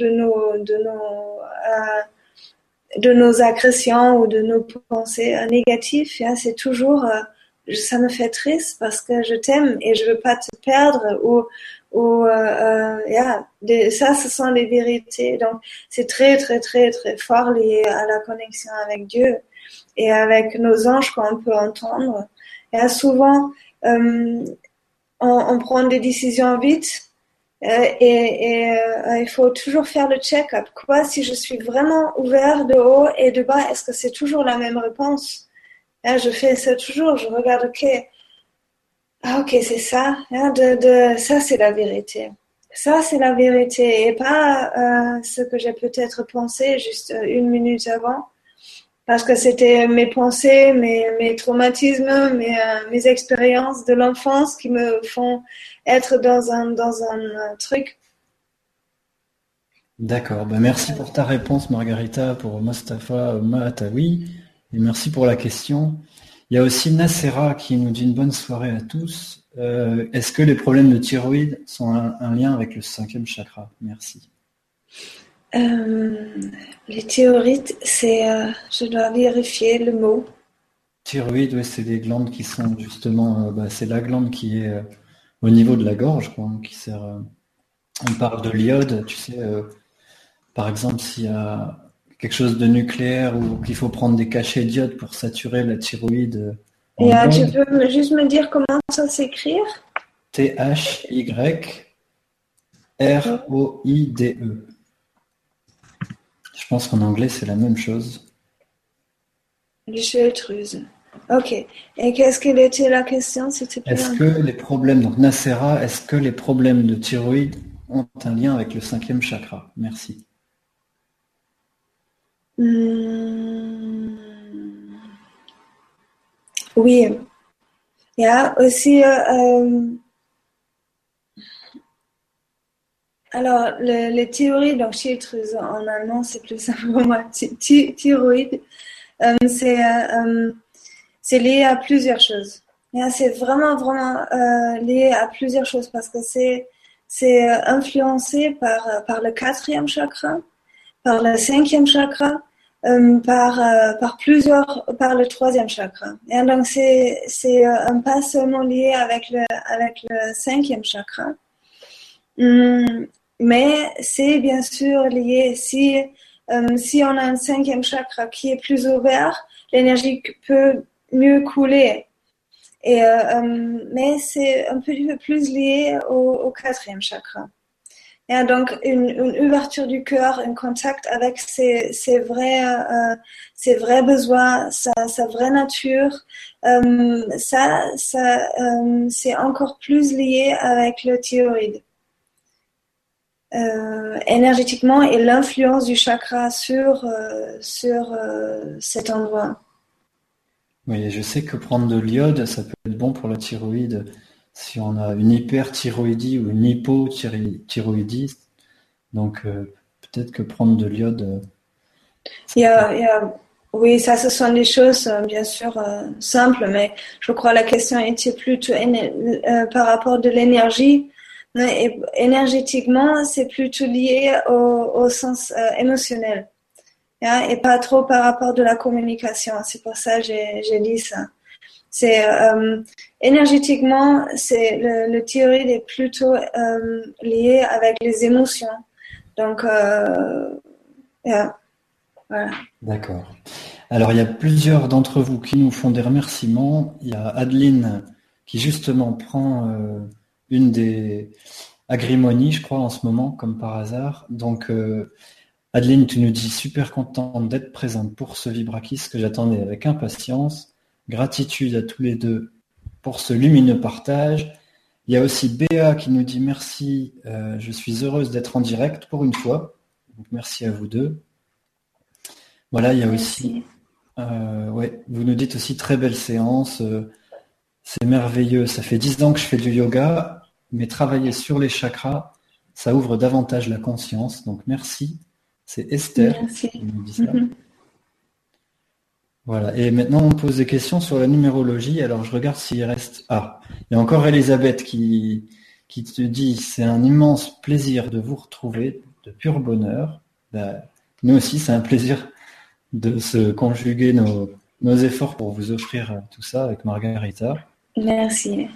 S2: de nos agressions ou de nos pensées négatives. C'est toujours, ça me fait triste parce que je t'aime et je veux pas te perdre ça, ce sont les vérités. Donc, c'est très, très, très, très fort lié à la connexion avec Dieu et avec nos anges qu'on peut entendre. Et souvent, on prend des décisions vite. Il faut toujours faire le check-up. Quoi, si je suis vraiment ouvert de haut et de bas, est-ce que c'est toujours la même réponse? Je fais ça toujours. Je regarde, ok, c'est ça. Ça, c'est la vérité. Ça, c'est la vérité et pas ce que j'ai peut-être pensé juste une minute avant. Parce que c'était mes pensées, mes traumatismes, mes expériences de l'enfance qui me font être dans un truc.
S1: D'accord. Merci pour ta réponse, Margarita, pour Mostafa Mahatawi, et merci pour la question. Il y a aussi Nacera qui nous dit une bonne soirée à tous. Est-ce que les problèmes de thyroïde sont un lien avec le 5e chakra? Merci.
S2: Les thyroïdes, je dois vérifier le mot.
S1: Thyroïde, oui, c'est des glandes qui sont justement, c'est la glande qui est au niveau de la gorge, quoi, qui sert. On parle de l'iode, tu sais, par exemple, s'il y a quelque chose de nucléaire ou qu'il faut prendre des cachets d'iode pour saturer la thyroïde en
S2: Tu
S1: iode.
S2: peux juste me dire comment ça s'écrit?
S1: T-H-Y-R-O-I-D-E. Je pense qu'en anglais, c'est la même chose.
S2: L'uchetruse. Ok. Et qu'est-ce qu'elle était la question, s'il te plaît?
S1: Est-ce que les problèmes, donc Nacera, est-ce que les problèmes de thyroïde ont un lien avec le 5e chakra? Merci.
S2: Oui. Il y a aussi alors les thyroïdes, donc Schilddrüse en allemand, c'est plus simplement thyroïde. C'est lié à plusieurs choses. C'est vraiment lié à plusieurs choses parce que c'est influencé par le 4e chakra, par le 5e chakra, par le 3e chakra. Et donc c'est pas seulement lié avec le 5e chakra, mais c'est bien sûr lié si on a un 5e chakra qui est plus ouvert, l'énergie peut mieux couler. Mais c'est un petit peu plus lié au 4e chakra. Donc une ouverture du cœur, un contact avec ses vrais besoins, sa vraie nature, c'est encore plus lié avec le thyroïde. Énergétiquement et l'influence du chakra sur cet endroit.
S1: Oui, je sais que prendre de l'iode, ça peut être bon pour la thyroïde si on a une hyperthyroïdie ou une hypothyroïdie. Donc peut-être que prendre de l'iode.
S2: Oui, ça, ce sont des choses bien sûr simples, mais je crois que la question était plutôt par rapport de l'énergie. Et énergétiquement, c'est plutôt lié au sens émotionnel. Et pas trop par rapport de la communication. C'est pour ça que j'ai dit ça. C'est énergétiquement, le thyroïde est plutôt lié avec les émotions. Donc, voilà.
S1: D'accord. Alors, il y a plusieurs d'entre vous qui nous font des remerciements. Il y a Adeline qui justement prend une des agrimonies, je crois, en ce moment, comme par hasard. Donc, Adeline, tu nous dis super contente d'être présente pour ce Vibrakis que j'attendais avec impatience. Gratitude à tous les deux pour ce lumineux partage. Il y a aussi Béa qui nous dit merci, je suis heureuse d'être en direct pour une fois. Donc, merci à vous deux. Voilà, il y a aussi, vous nous dites aussi très belle séance, c'est merveilleux. Ça fait 10 ans que je fais du yoga, mais travailler sur les chakras, ça ouvre davantage la conscience. Donc merci. C'est Esther qui nous dit ça. Voilà. Et maintenant, on pose des questions sur la numérologie. Alors, je regarde s'il reste. Ah, il y a encore Elisabeth qui qui te dit « C'est un immense plaisir de vous retrouver, de pur bonheur. » Nous aussi, c'est un plaisir de se conjuguer nos efforts pour vous offrir tout ça avec Margarita.
S2: Merci.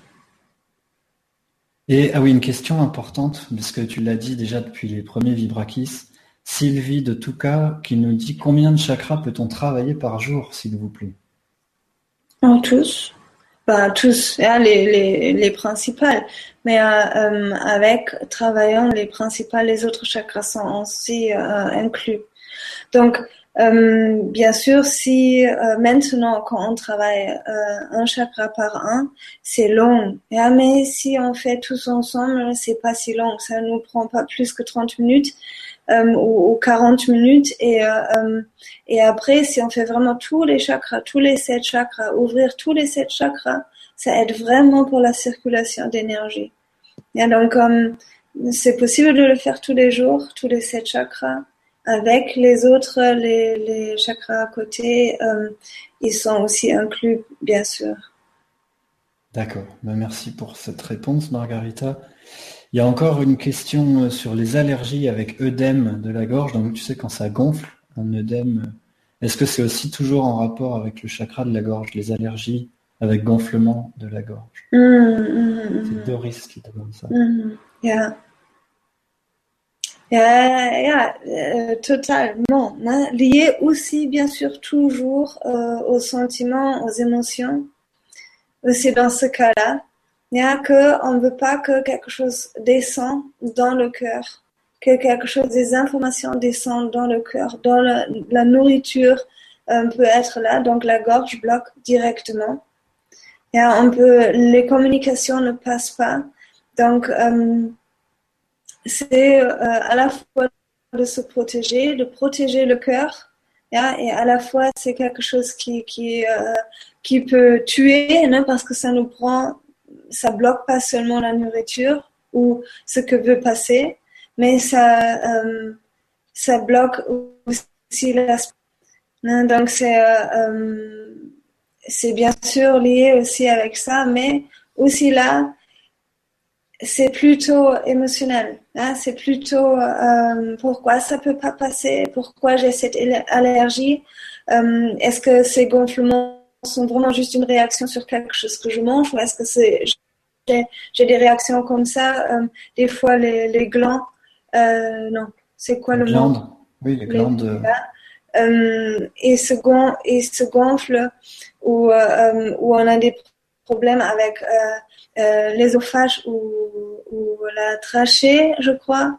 S1: Et ah oui, une question importante, parce que tu l'as dit déjà depuis les premiers Vibrakis. Sylvie de Touka qui nous dit « Combien de chakras peut-on travailler par jour, s'il vous plaît ?»
S2: Tous. Tous, hein, les principales. Mais travaillant les principales, les autres chakras sont aussi inclus. Donc, bien sûr, si maintenant, quand on travaille un chakra par un, c'est long. Mais si on fait tous ensemble, c'est pas si long. Ça nous prend pas plus que 30 minutes ou 40 minutes. Et après, si on fait vraiment tous les chakras, tous les 7 chakras, ouvrir tous les 7 chakras, ça aide vraiment pour la circulation d'énergie. Et donc, c'est possible de le faire tous les jours, tous les 7 chakras. Avec les autres, les chakras à côté, ils sont aussi inclus, bien sûr.
S1: D'accord. Merci pour cette réponse, Margarita. Il y a encore une question sur les allergies avec œdème de la gorge. Donc, tu sais, quand ça gonfle, un œdème, est-ce que c'est aussi toujours en rapport avec le chakra de la gorge, les allergies avec gonflement de la gorge? C'est Doris qui demande ça.
S2: Totalement. Lié aussi, bien sûr, toujours aux sentiments, aux émotions. Aussi dans ce cas-là, on ne veut pas que quelque chose descende dans le cœur, que quelque chose, des informations descendent dans le cœur, dans la nourriture peut être là, donc la gorge bloque directement. Les communications ne passent pas, donc c'est à la fois de se protéger, de protéger le cœur, et à la fois c'est quelque chose qui peut tuer, parce que ça bloque pas seulement la nourriture ou ce que veut passer, mais ça bloque aussi donc c'est bien sûr lié aussi avec ça, mais aussi là, c'est plutôt émotionnel. C'est plutôt pourquoi ça peut pas passer, pourquoi j'ai cette allergie. Est-ce que ces gonflements sont vraiment juste une réaction sur quelque chose que je mange, ou est-ce que j'ai des réactions comme ça, des fois les glands, non, c'est quoi le
S1: glandes.
S2: mot?
S1: Oui, les glandes.
S2: Et se gonfle, ou on a des problèmes avec l'ésophage ou la trachée, je crois.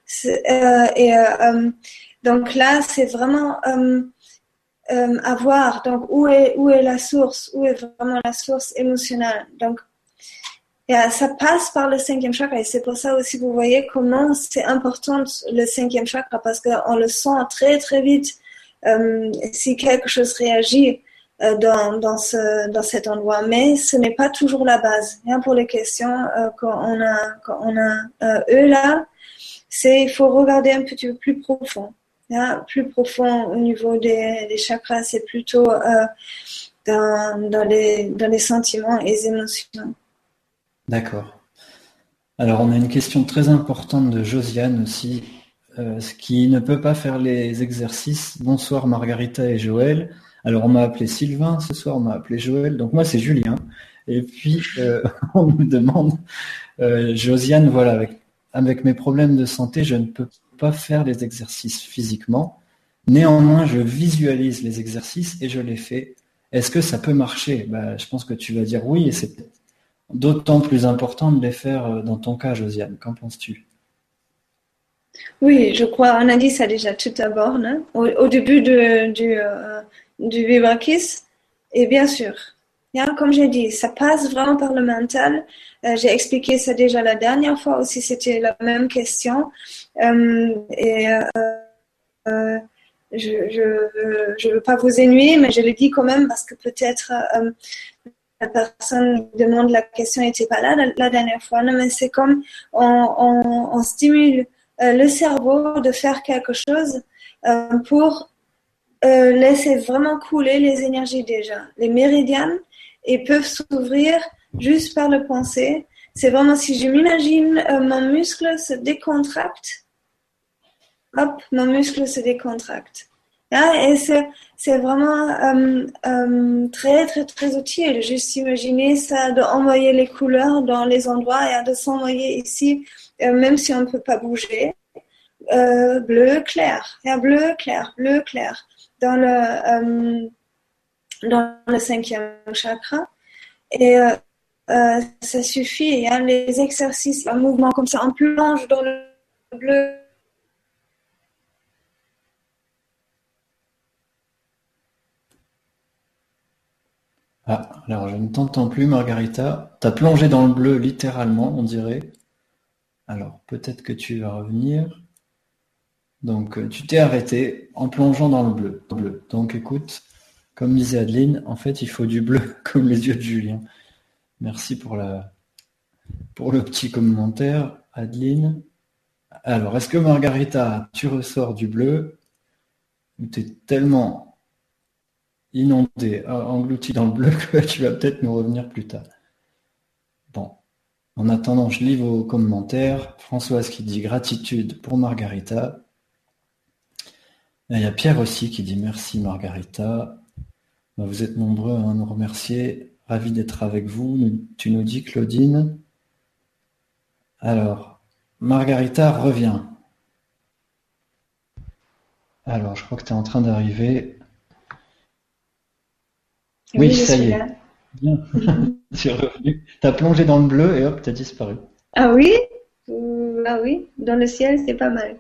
S2: Donc là, c'est vraiment à voir. Donc où est la source, où est vraiment la source émotionnelle. Donc ça passe par le 5e chakra, et c'est pour ça aussi vous voyez comment c'est important le 5e chakra, parce qu'on le sent très très vite si quelque chose réagit dans cet endroit, mais ce n'est pas toujours la base. Pour les questions quand on a eux là, il faut regarder un petit peu plus profond. Plus profond au niveau des chakras, c'est plutôt dans les sentiments et les émotions.
S1: D'accord. Alors, on a une question très importante de Josiane aussi, qui ne peut pas faire les exercices. Bonsoir Margarita et Joël. Alors, on m'a appelé Sylvain ce soir, on m'a appelé Joël. Donc, moi, c'est Julien. Et puis, on me demande, Josiane, voilà, avec mes problèmes de santé, je ne peux pas faire les exercices physiquement. Néanmoins, je visualise les exercices et je les fais. Est-ce que ça peut marcher? Je pense que tu vas dire oui, et c'est d'autant plus important de les faire dans ton cas, Josiane. Qu'en penses-tu?
S2: Oui, je crois, on a dit ça déjà tout d'abord, au début du Vibrakis, et bien sûr. Comme j'ai dit, ça passe vraiment par le mental. J'ai expliqué ça déjà la dernière fois aussi, c'était la même question. Je veux pas vous ennuyer, mais je le dis quand même parce que peut-être la personne qui demande la question n'était pas là la dernière fois. Non, mais c'est comme on stimule le cerveau de faire quelque chose pour laisser vraiment couler les énergies déjà. Les méridiens, ils peuvent s'ouvrir juste par le pensée. c'est vraiment si je m'imagine mon muscle se décontracte, hop, mon muscle se décontracte. Et c'est vraiment très, très, très utile. Juste imaginer ça, d'envoyer les couleurs dans les endroits et de s'envoyer ici, même si on ne peut pas bouger. Bleu clair, bleu clair, bleu clair. Dans le 5e chakra. Et ça suffit. Les exercices, un mouvement comme ça, on plonge dans le bleu.
S1: Ah, alors je ne t'entends plus, Margarita. T'as plongé dans le bleu, littéralement, on dirait. Alors, peut-être que tu vas revenir. Donc, tu t'es arrêté en plongeant dans le bleu. Donc, écoute, comme disait Adeline, en fait, il faut du bleu comme les yeux de Julien. Merci pour le petit commentaire, Adeline. Alors, est-ce que Margarita, tu ressors du bleu ou tu es tellement inondé, englouti dans le bleu que tu vas peut-être nous revenir plus tard? Bon, en attendant, je lis vos commentaires. Françoise qui dit gratitude pour Margarita. Il y a Pierre aussi qui dit merci Margarita. Vous êtes nombreux à nous remercier. Ravi d'être avec vous. Tu nous dis Claudine. Alors, Margarita revient. Alors, je crois que tu es en train d'arriver. Oui, ça y est. Bien. Tu es revenu. Tu as plongé dans le bleu et hop, tu as disparu.
S2: Ah oui? Ah oui, dans le ciel, c'est pas mal.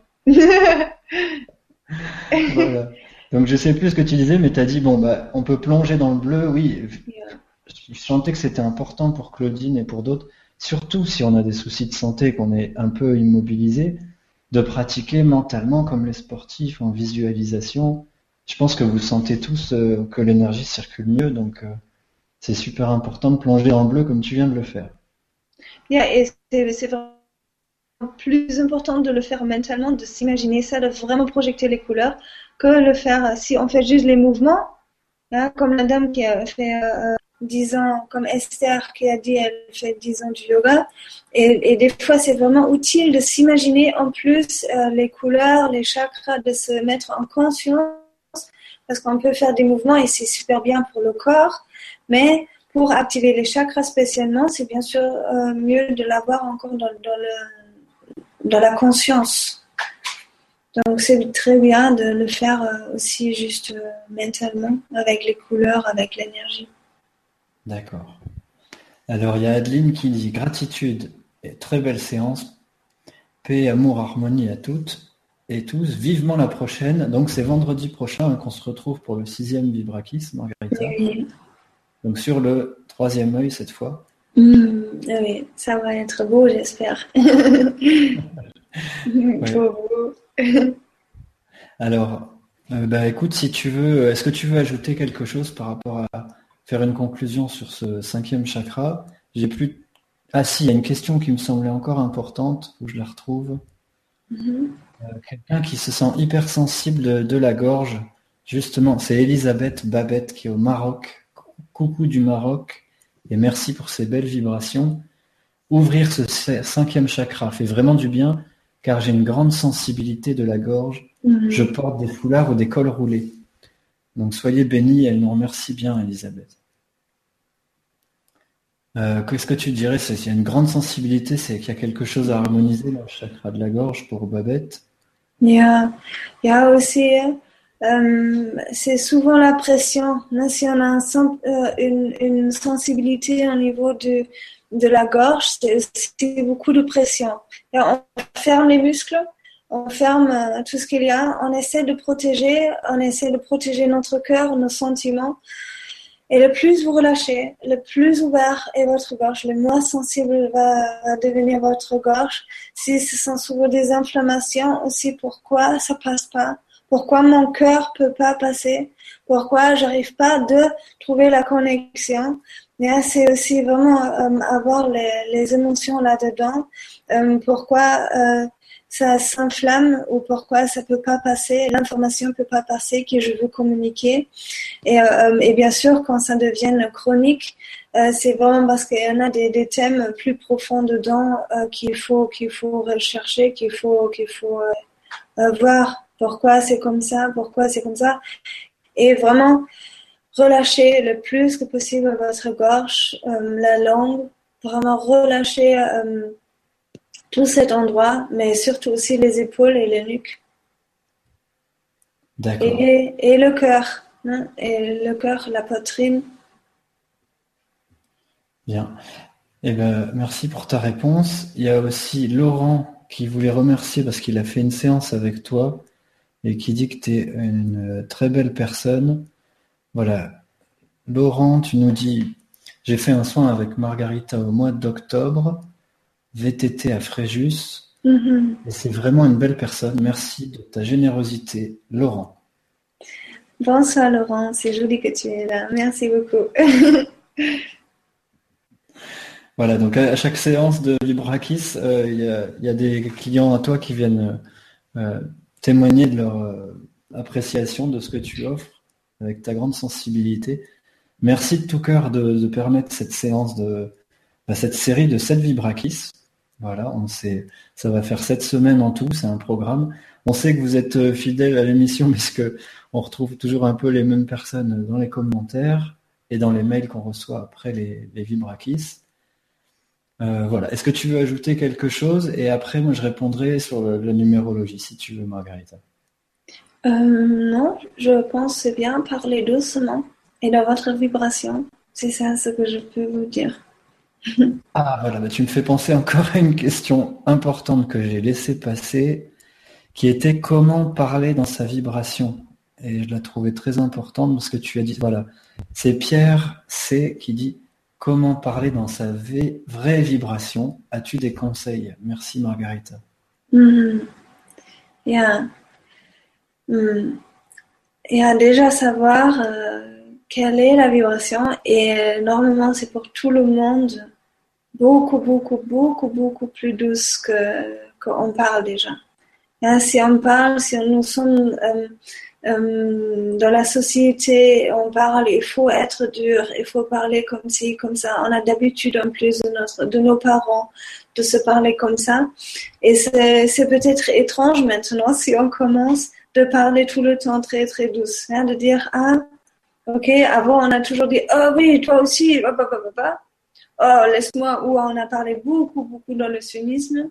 S1: Voilà. Donc je sais plus ce que tu disais, mais tu as dit, bon, bah, on peut plonger dans le bleu, oui. Je sentais que c'était important pour Claudine et pour d'autres, surtout si on a des soucis de santé, qu'on est un peu immobilisé, de pratiquer mentalement comme les sportifs en visualisation. Je pense que vous sentez tous que l'énergie circule mieux, donc c'est super important de plonger dans le bleu comme tu viens de le faire.
S2: Et c'est vraiment plus important de le faire mentalement, de s'imaginer ça, de vraiment projeter les couleurs, que le faire si on fait juste les mouvements, comme la dame qui a fait 10 ans, comme Esther qui a dit elle fait 10 ans du yoga. Et des fois, c'est vraiment utile de s'imaginer en plus les couleurs, les chakras, de se mettre en conscience, parce qu'on peut faire des mouvements et c'est super bien pour le corps, mais pour activer les chakras spécialement, c'est bien sûr mieux de l'avoir encore dans la conscience. Donc c'est très bien de le faire aussi juste mentalement, avec les couleurs, avec l'énergie.
S1: D'accord. Alors il y a Adeline qui dit gratitude et très belle séance. Paix, amour, harmonie à toutes et tous. Vivement la prochaine. Donc c'est vendredi prochain qu'on se retrouve pour le 6e Vibrakis, Margarita.
S2: Oui.
S1: Donc sur le 3e œil cette fois.
S2: Oui, ça va être beau, j'espère.
S1: Ouais.
S2: Beau.
S1: Alors, écoute, si tu veux, est-ce que tu veux ajouter quelque chose par rapport à faire une conclusion sur ce 5e chakra? Ah si, il y a une question qui me semblait encore importante, où je la retrouve. Quelqu'un qui se sent hypersensible de la gorge. Justement, c'est Elisabeth Babette qui est au Maroc. Coucou du Maroc et merci pour ces belles vibrations. Ouvrir ce 5e chakra fait vraiment du bien car j'ai une grande sensibilité de la gorge. Je porte des foulards ou des cols roulés. Donc soyez bénis, elle nous remercie bien, Elisabeth. Qu'est-ce que tu dirais? S'il y a une grande sensibilité, c'est qu'il y a quelque chose à harmoniser dans le chakra de la gorge pour Babette.
S2: Il y a aussi, c'est souvent la pression. Si on a une sensibilité au niveau de la gorge, c'est beaucoup de pression. Et on ferme les muscles, on ferme tout ce qu'il y a, on essaie de protéger notre cœur, nos sentiments. Et le plus vous relâchez, le plus ouvert est votre gorge, le moins sensible va devenir votre gorge. Si ce sont souvent des inflammations aussi, pourquoi ça passe pas? Pourquoi mon cœur peut pas passer? Pourquoi j'arrive pas de trouver la connexion? Et c'est aussi vraiment avoir les émotions là-dedans. Pourquoi ça s'inflamme ou pourquoi ça peut pas passer, l'information peut pas passer que je veux communiquer. Et bien sûr, quand ça devient chronique, c'est vraiment parce qu'il y en a des thèmes plus profonds dedans qu'il faut rechercher, qu'il faut voir pourquoi c'est comme ça, et vraiment relâcher le plus que possible votre gorge, la langue, vraiment relâcher tout cet endroit, mais surtout aussi les épaules et les nuques.
S1: D'accord.
S2: Et le cœur, hein, et le cœur, la poitrine.
S1: Bien. Eh ben, merci pour ta réponse. Il y a aussi Laurent qui voulait remercier parce qu'il a fait une séance avec toi et qui dit que tu es une très belle personne. Voilà. Laurent, tu nous dis, j'ai fait un soin avec Margarita au mois d'octobre, VTT à Fréjus, et c'est vraiment une belle personne. Merci de ta générosité, Laurent.
S2: Bonsoir Laurent, c'est joli que tu es là. Merci beaucoup.
S1: Voilà, donc à chaque séance de Vibrakis, il y a des clients à toi qui viennent témoigner de leur appréciation de ce que tu offres avec ta grande sensibilité. Merci de tout cœur de permettre cette séance cette série de 7 Vibrakis. Voilà, ça va faire 7 semaines en tout, c'est un programme. On sait que vous êtes fidèles à l'émission puisque on retrouve toujours un peu les mêmes personnes dans les commentaires et dans les mails qu'on reçoit après les Vibrakis. Voilà. Est-ce que tu veux ajouter quelque chose? Et après, moi, je répondrai sur la numérologie, si tu veux, Margarita.
S2: Non, je pense que c'est bien parler doucement et dans votre vibration. C'est ça ce que je peux vous dire.
S1: Ah, voilà, tu me fais penser encore à une question importante que j'ai laissée passer, qui était comment parler dans sa vibration. Et je la trouvais très importante parce que tu as dit, voilà, c'est Pierre C qui dit comment parler dans sa vraie vibration. As-tu des conseils? Merci Margarita.
S2: Yeah. Et déjà savoir quelle est la vibration et normalement c'est pour tout le monde beaucoup plus douce qu'on parle déjà. Et si on parle, si nous sommes dans la société, on parle, il faut être dur, il faut parler comme ci, comme ça. On a d'habitude en plus de nos parents de se parler comme ça. Et c'est peut-être étrange maintenant si on commence de parler tout le temps très très douce, hein, de dire ok, avant on a toujours dit oui toi aussi, oh laisse-moi, ou on a parlé beaucoup dans le cynisme.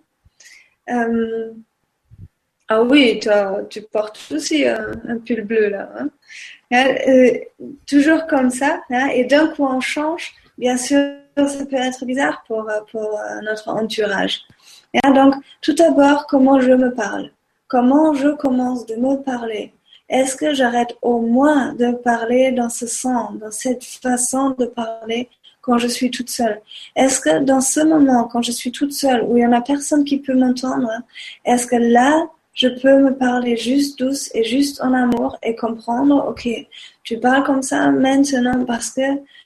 S2: Ah oui, toi tu portes aussi un pull bleu là, hein. Toujours comme ça, hein, et d'un coup on change. Bien sûr, ça peut être bizarre pour notre entourage. Hein, donc tout d'abord, comment je me parle? Comment je commence de me parler? Est-ce que j'arrête au moins de parler dans ce sens, dans cette façon de parler quand je suis toute seule? Est-ce que dans ce moment, quand je suis toute seule, où il y en a personne qui peut m'entendre, est-ce que là, je peux me parler juste douce et juste en amour et comprendre, ok, tu parles comme ça maintenant parce que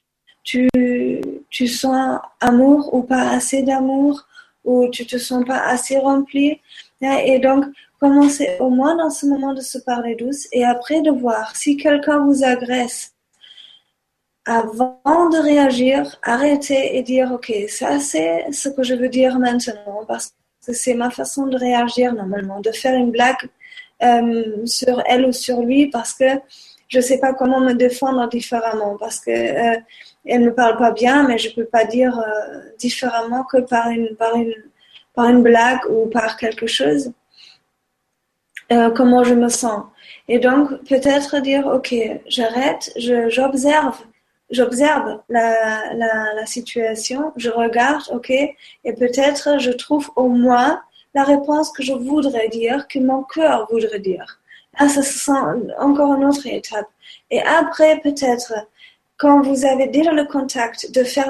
S2: tu sens amour ou pas assez d'amour, ou tu te sens pas assez rempli. Et donc, commencez au moins dans ce moment de se parler douce et après de voir si quelqu'un vous agresse. Avant de réagir, arrêtez et dire ok, ça c'est ce que je veux dire maintenant parce que c'est ma façon de réagir normalement, de faire une blague sur elle ou sur lui parce que je sais pas comment me défendre différemment parce que elle me parle pas bien, mais je peux pas dire différemment que par une blague ou par quelque chose. Comment je me sens. Et donc, peut-être dire, ok, j'arrête, j'observe la situation, je regarde, ok, et peut-être je trouve au moins la réponse que je voudrais dire, que mon cœur voudrait dire. Ah, ça se sent encore une autre étape. Et après, peut-être, quand vous avez déjà le contact, de faire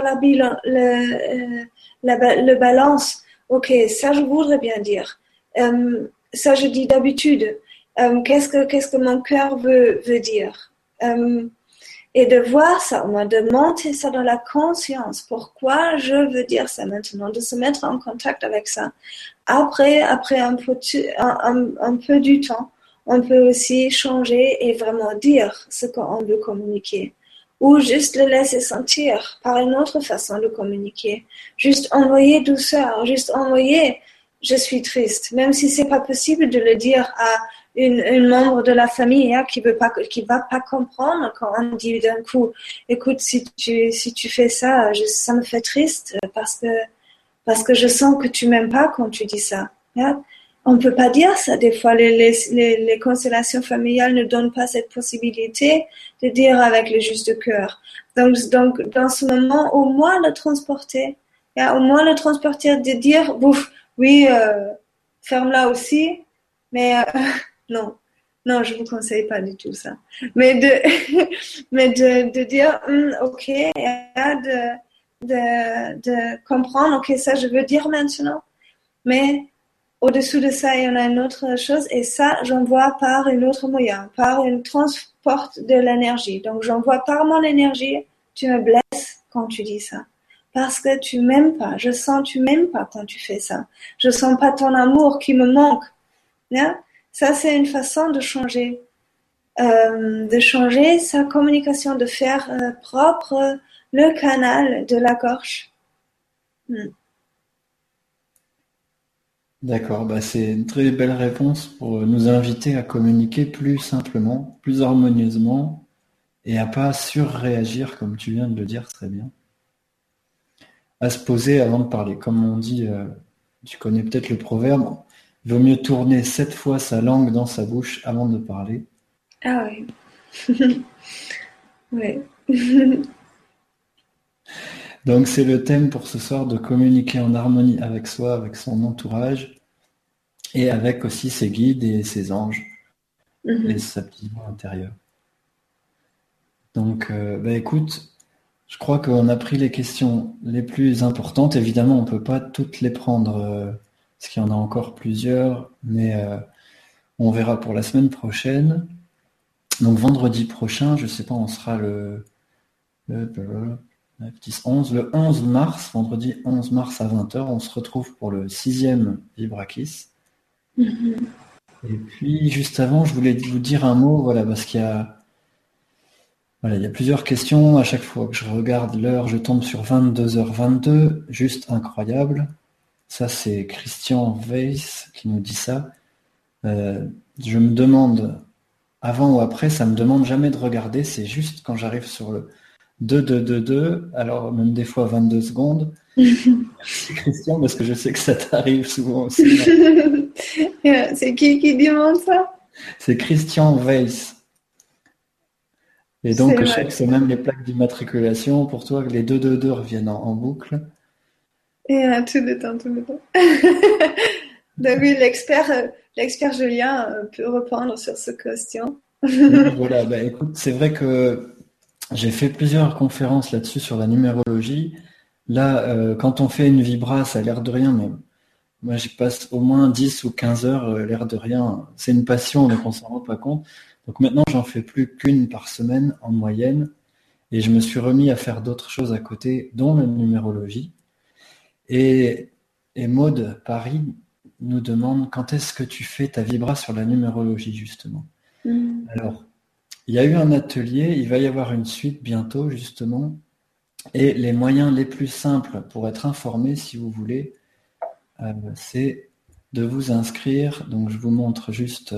S2: le balance, ok, ça je voudrais bien dire. Ça je dis d'habitude. Qu'est-ce que mon cœur veut dire. Et de voir ça, au moins de monter ça dans la conscience. Pourquoi je veux dire ça maintenant? De se mettre en contact avec ça. Après un peu du temps, on peut aussi changer et vraiment dire ce qu'on veut communiquer. Ou juste le laisser sentir par une autre façon de communiquer. Juste envoyer douceur, juste envoyer je suis triste, même si c'est pas possible de le dire à une membre de la famille qui va pas comprendre quand on dit d'un coup, écoute, si tu fais ça, ça me fait triste parce que je sens que tu m'aimes pas quand tu dis ça. Yeah? On peut pas dire ça. Des fois, les constellations familiales ne donnent pas cette possibilité de dire avec le juste cœur. Donc, dans ce moment, au moins le transporter. Au moins le transporter, de dire, bouf, oui, ferme-la aussi, mais non, je vous conseille pas du tout ça. Mais de dire, ok, de comprendre, ok, ça je veux dire maintenant, mais au-dessous de ça, il y en a une autre chose, et ça, j'envoie par un autre moyen, par une transport de l'énergie. Donc, j'envoie par mon énergie, tu me blesses quand tu dis ça. Parce que tu m'aimes pas. Je sens tu m'aimes pas quand tu fais ça. Je sens pas ton amour qui me manque. Yeah? Ça, c'est une façon de changer sa communication, de faire propre le canal de la gorge.
S1: D'accord, bah c'est une très belle réponse pour nous inviter à communiquer plus simplement, plus harmonieusement et à pas surréagir comme tu viens de le dire très bien. À se poser avant de parler. Comme on dit, tu connais peut-être le proverbe, il vaut mieux tourner 7 fois sa langue dans sa bouche avant de parler.
S2: Ah oui. Oui.
S1: Donc c'est le thème pour ce soir de communiquer en harmonie avec soi, avec son entourage et avec aussi ses guides et ses anges et sa petite voix intérieure. Donc écoute, je crois qu'on a pris les questions les plus importantes. Évidemment, on ne peut pas toutes les prendre parce qu'il y en a encore plusieurs, mais on verra pour la semaine prochaine. Donc vendredi prochain, je ne sais pas, on sera le 11 mars, vendredi 11 mars à 20h, on se retrouve pour le 6e Vibrakis. Et puis juste avant, je voulais vous dire un mot, voilà, parce qu'il y a plusieurs questions. À chaque fois que je regarde l'heure, je tombe sur 22h22, juste incroyable. Ça, c'est Christian Weiss qui nous dit ça. Je me demande, avant ou après, ça me demande jamais de regarder, c'est juste quand j'arrive sur le 2, alors même des fois 22 secondes. Merci Christian, parce que je sais que ça t'arrive souvent aussi.
S2: C'est qui demande ça?
S1: C'est Christian Weiss. Et donc, je sais que c'est même les plaques d'immatriculation pour toi, que les 2 reviennent en boucle.
S2: Et tout le temps. Donc oui, l'expert Julien peut répondre sur cette question.
S1: Voilà, écoute, c'est vrai que j'ai fait plusieurs conférences là-dessus sur la numérologie. Là, quand on fait une vibra, ça a l'air de rien, mais moi, j'y passe au moins 10 ou 15 heures, l'air de rien. C'est une passion, donc on s'en rend pas compte. Donc maintenant, j'en fais plus qu'une par semaine en moyenne. Et je me suis remis à faire d'autres choses à côté, dont la numérologie. Et Maud Paris nous demande quand est-ce que tu fais ta vibra sur la numérologie, justement. Alors, il y a eu un atelier, il va y avoir une suite bientôt, justement. Et les moyens les plus simples pour être informé, si vous voulez, c'est de vous inscrire. Donc, je vous montre juste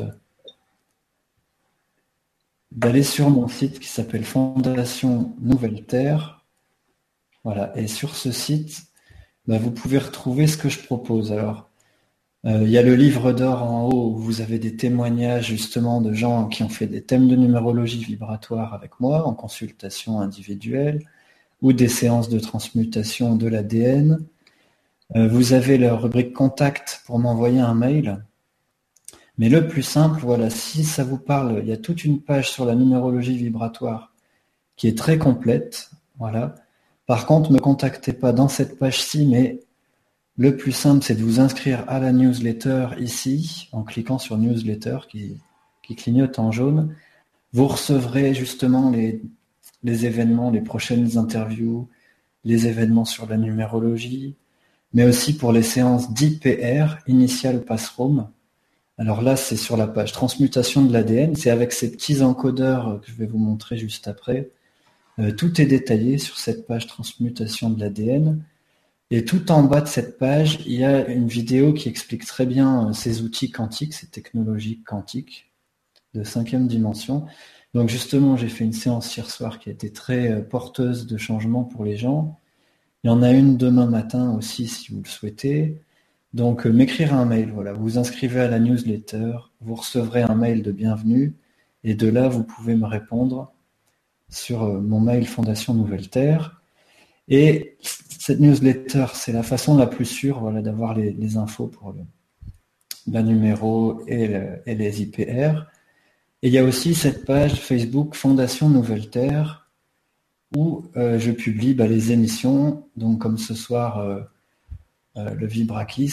S1: d'aller sur mon site qui s'appelle Fondation Nouvelle Terre. Voilà, et sur ce site, vous pouvez retrouver ce que je propose. Alors, il y a le livre d'or en haut où vous avez des témoignages justement de gens qui ont fait des thèmes de numérologie vibratoire avec moi en consultation individuelle ou des séances de transmutation de l'ADN. Vous avez la rubrique contact pour m'envoyer un mail. Mais le plus simple, voilà, si ça vous parle, il y a toute une page sur la numérologie vibratoire qui est très complète. Voilà. Par contre, ne me contactez pas dans cette page-ci, mais le plus simple, c'est de vous inscrire à la newsletter ici, en cliquant sur newsletter qui clignote en jaune. Vous recevrez justement les événements, les prochaines interviews, les événements sur la numérologie, mais aussi pour les séances d'IPR, Initial Passroom. Alors là, c'est sur la page transmutation de l'ADN. C'est avec ces petits encodeurs que je vais vous montrer juste après. Tout est détaillé sur cette page transmutation de l'ADN. Et tout en bas de cette page, il y a une vidéo qui explique très bien ces outils quantiques, ces technologies quantiques de 5e dimension. Donc justement, j'ai fait une séance hier soir qui a été très porteuse de changement pour les gens. Il y en a une demain matin aussi si vous le souhaitez. Donc m'écrire un mail, voilà, vous vous inscrivez à la newsletter, vous recevrez un mail de bienvenue et de là vous pouvez me répondre sur mon mail Fondation Nouvelle Terre. Et cette newsletter, c'est la façon la plus sûre, voilà, d'avoir les infos pour la numéro et les IPR. Et il y a aussi cette page Facebook Fondation Nouvelle Terre où je publie les émissions, donc comme ce soir le Vibrakis,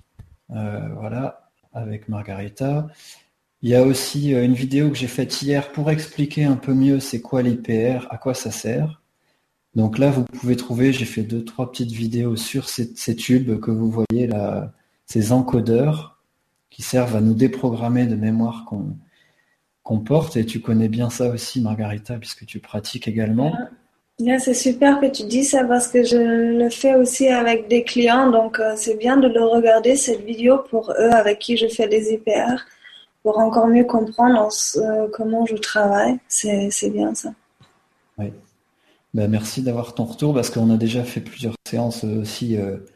S1: voilà, avec Margarita. Il y a aussi une vidéo que j'ai faite hier pour expliquer un peu mieux c'est quoi l'IPR, à quoi ça sert. Donc là, vous pouvez trouver, j'ai fait 2-3 petites vidéos sur ces tubes que vous voyez là, ces encodeurs qui servent à nous déprogrammer de mémoire qu'on porte. Et tu connais bien ça aussi, Margarita, puisque tu pratiques également.
S2: Bien, c'est super que tu dis ça parce que je le fais aussi avec des clients. Donc, c'est bien de le regarder, cette vidéo, pour eux avec qui je fais des IPR, pour encore mieux comprendre comment je travaille. C'est bien ça.
S1: Oui. Ben, merci d'avoir ton retour parce qu'on a déjà fait plusieurs séances aussi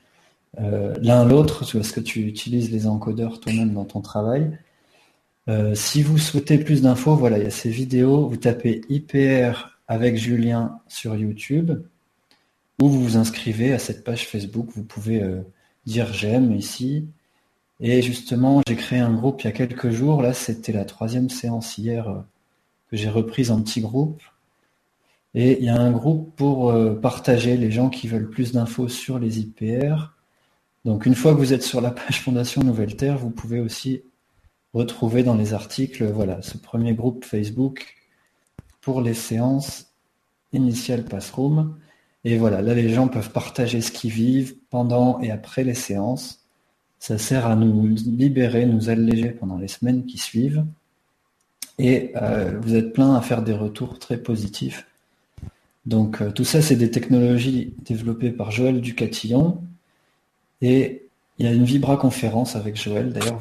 S1: l'un l'autre, parce que tu utilises les encodeurs toi-même dans ton travail. Si vous souhaitez plus d'infos, voilà, il y a ces vidéos. Vous tapez IPR avec Julien sur YouTube ou vous vous inscrivez à cette page Facebook. Vous pouvez dire j'aime ici. Et justement, j'ai créé un groupe il y a quelques jours. Là, c'était la 3e séance hier que j'ai reprise en petit groupe. Et il y a un groupe pour partager les gens qui veulent plus d'infos sur les IPR. Donc une fois que vous êtes sur la page Fondation Nouvelle Terre, vous pouvez aussi retrouver dans les articles, voilà, ce premier groupe Facebook pour les séances Initial Passroom. Et voilà, là les gens peuvent partager ce qu'ils vivent pendant et après les séances. Ça sert à nous libérer, nous alléger pendant les semaines qui suivent. Et vous êtes plein à faire des retours très positifs. Donc tout ça, c'est des technologies développées par Joël Ducatillon. Et il y a une Vibra-conférence avec Joël. D'ailleurs,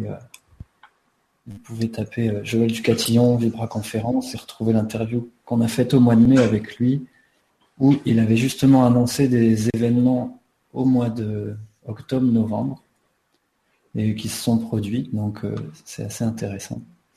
S1: vous pouvez taper Joël Ducatillon, Vibra-conférence, et retrouver l'interview qu'on a faite au mois de mai avec lui, où il avait justement annoncé des événements au mois de octobre-novembre, et qui se sont produits. Donc c'est assez intéressant.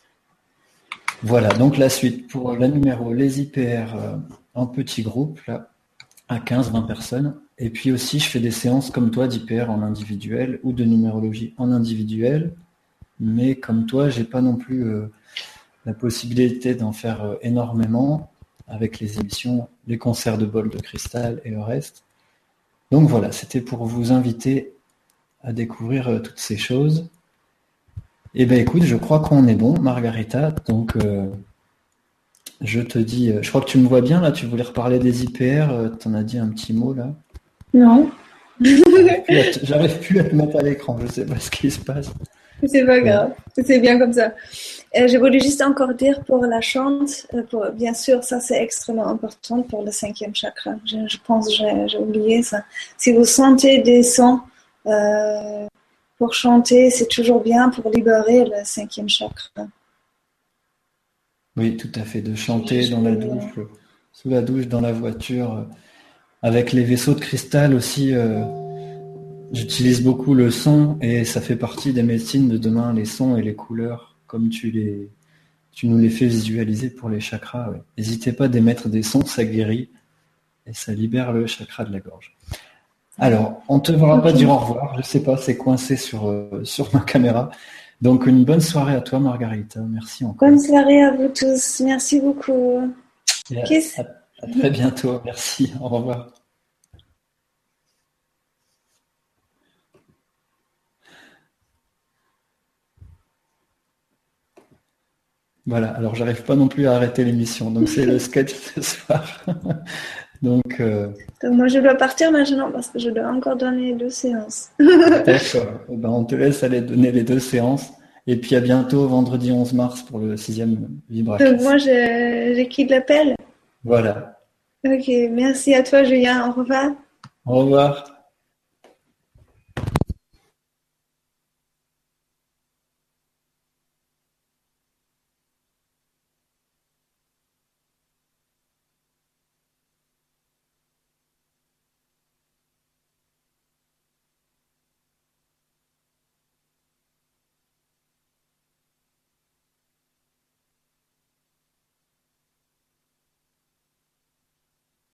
S1: Voilà, donc la suite pour la numéro, les IPR en petits groupes, là, à 15-20 personnes. Et puis aussi, je fais des séances comme toi d'IPR en individuel ou de numérologie en individuel. Mais comme toi, j'ai pas non plus la possibilité d'en faire énormément avec les émissions, les concerts de bol de cristal et le reste. Donc voilà, c'était pour vous inviter à découvrir toutes ces choses. Eh bien écoute, je crois qu'on est bon, Margarita. Donc je te dis, je crois que tu me vois bien là, tu voulais reparler des IPR, tu en as dit un petit mot là.
S2: Non,
S1: J'arrive plus à te mettre à l'écran, je sais pas ce qui se passe.
S2: c'est pas
S1: Bon.
S2: grave. C'est bien comme ça. Je voulais juste encore dire pour la chante, bien sûr, ça c'est extrêmement important pour le 5e chakra. Je pense que j'ai oublié ça. Si vous sentez des sons pour chanter, c'est toujours bien pour libérer le 5e chakra.
S1: Oui, tout à fait, de chanter dans la douche, sous la douche, dans la voiture, avec les vaisseaux de cristal aussi. J'utilise beaucoup le son et ça fait partie des médecines de demain, les sons et les couleurs, comme tu nous les fais visualiser pour les chakras. Ouais. N'hésitez pas d'émettre des sons, ça guérit et ça libère le chakra de la gorge. Alors, on ne te verra pas dire au revoir, je sais pas, c'est coincé sur ma caméra. Donc, une bonne soirée à toi, Margarita. Merci encore.
S2: Bonne soirée à vous tous. Merci beaucoup.
S1: Et
S2: Kiss.
S1: à très bientôt. Merci. Au revoir. Voilà, alors j'arrive pas non plus à arrêter l'émission, donc c'est le sketch ce soir. Donc,
S2: Donc moi je dois partir maintenant parce que je dois encore donner 2 séances.
S1: d'accord. Eh ben, on te laisse aller donner les 2 séances. Et puis à bientôt, vendredi 11 mars pour le 6e
S2: Donc
S1: Vibra-Kiss.
S2: moi je quitte l'appel.
S1: Voilà.
S2: Ok, merci à toi Julien, au revoir.
S1: Au revoir.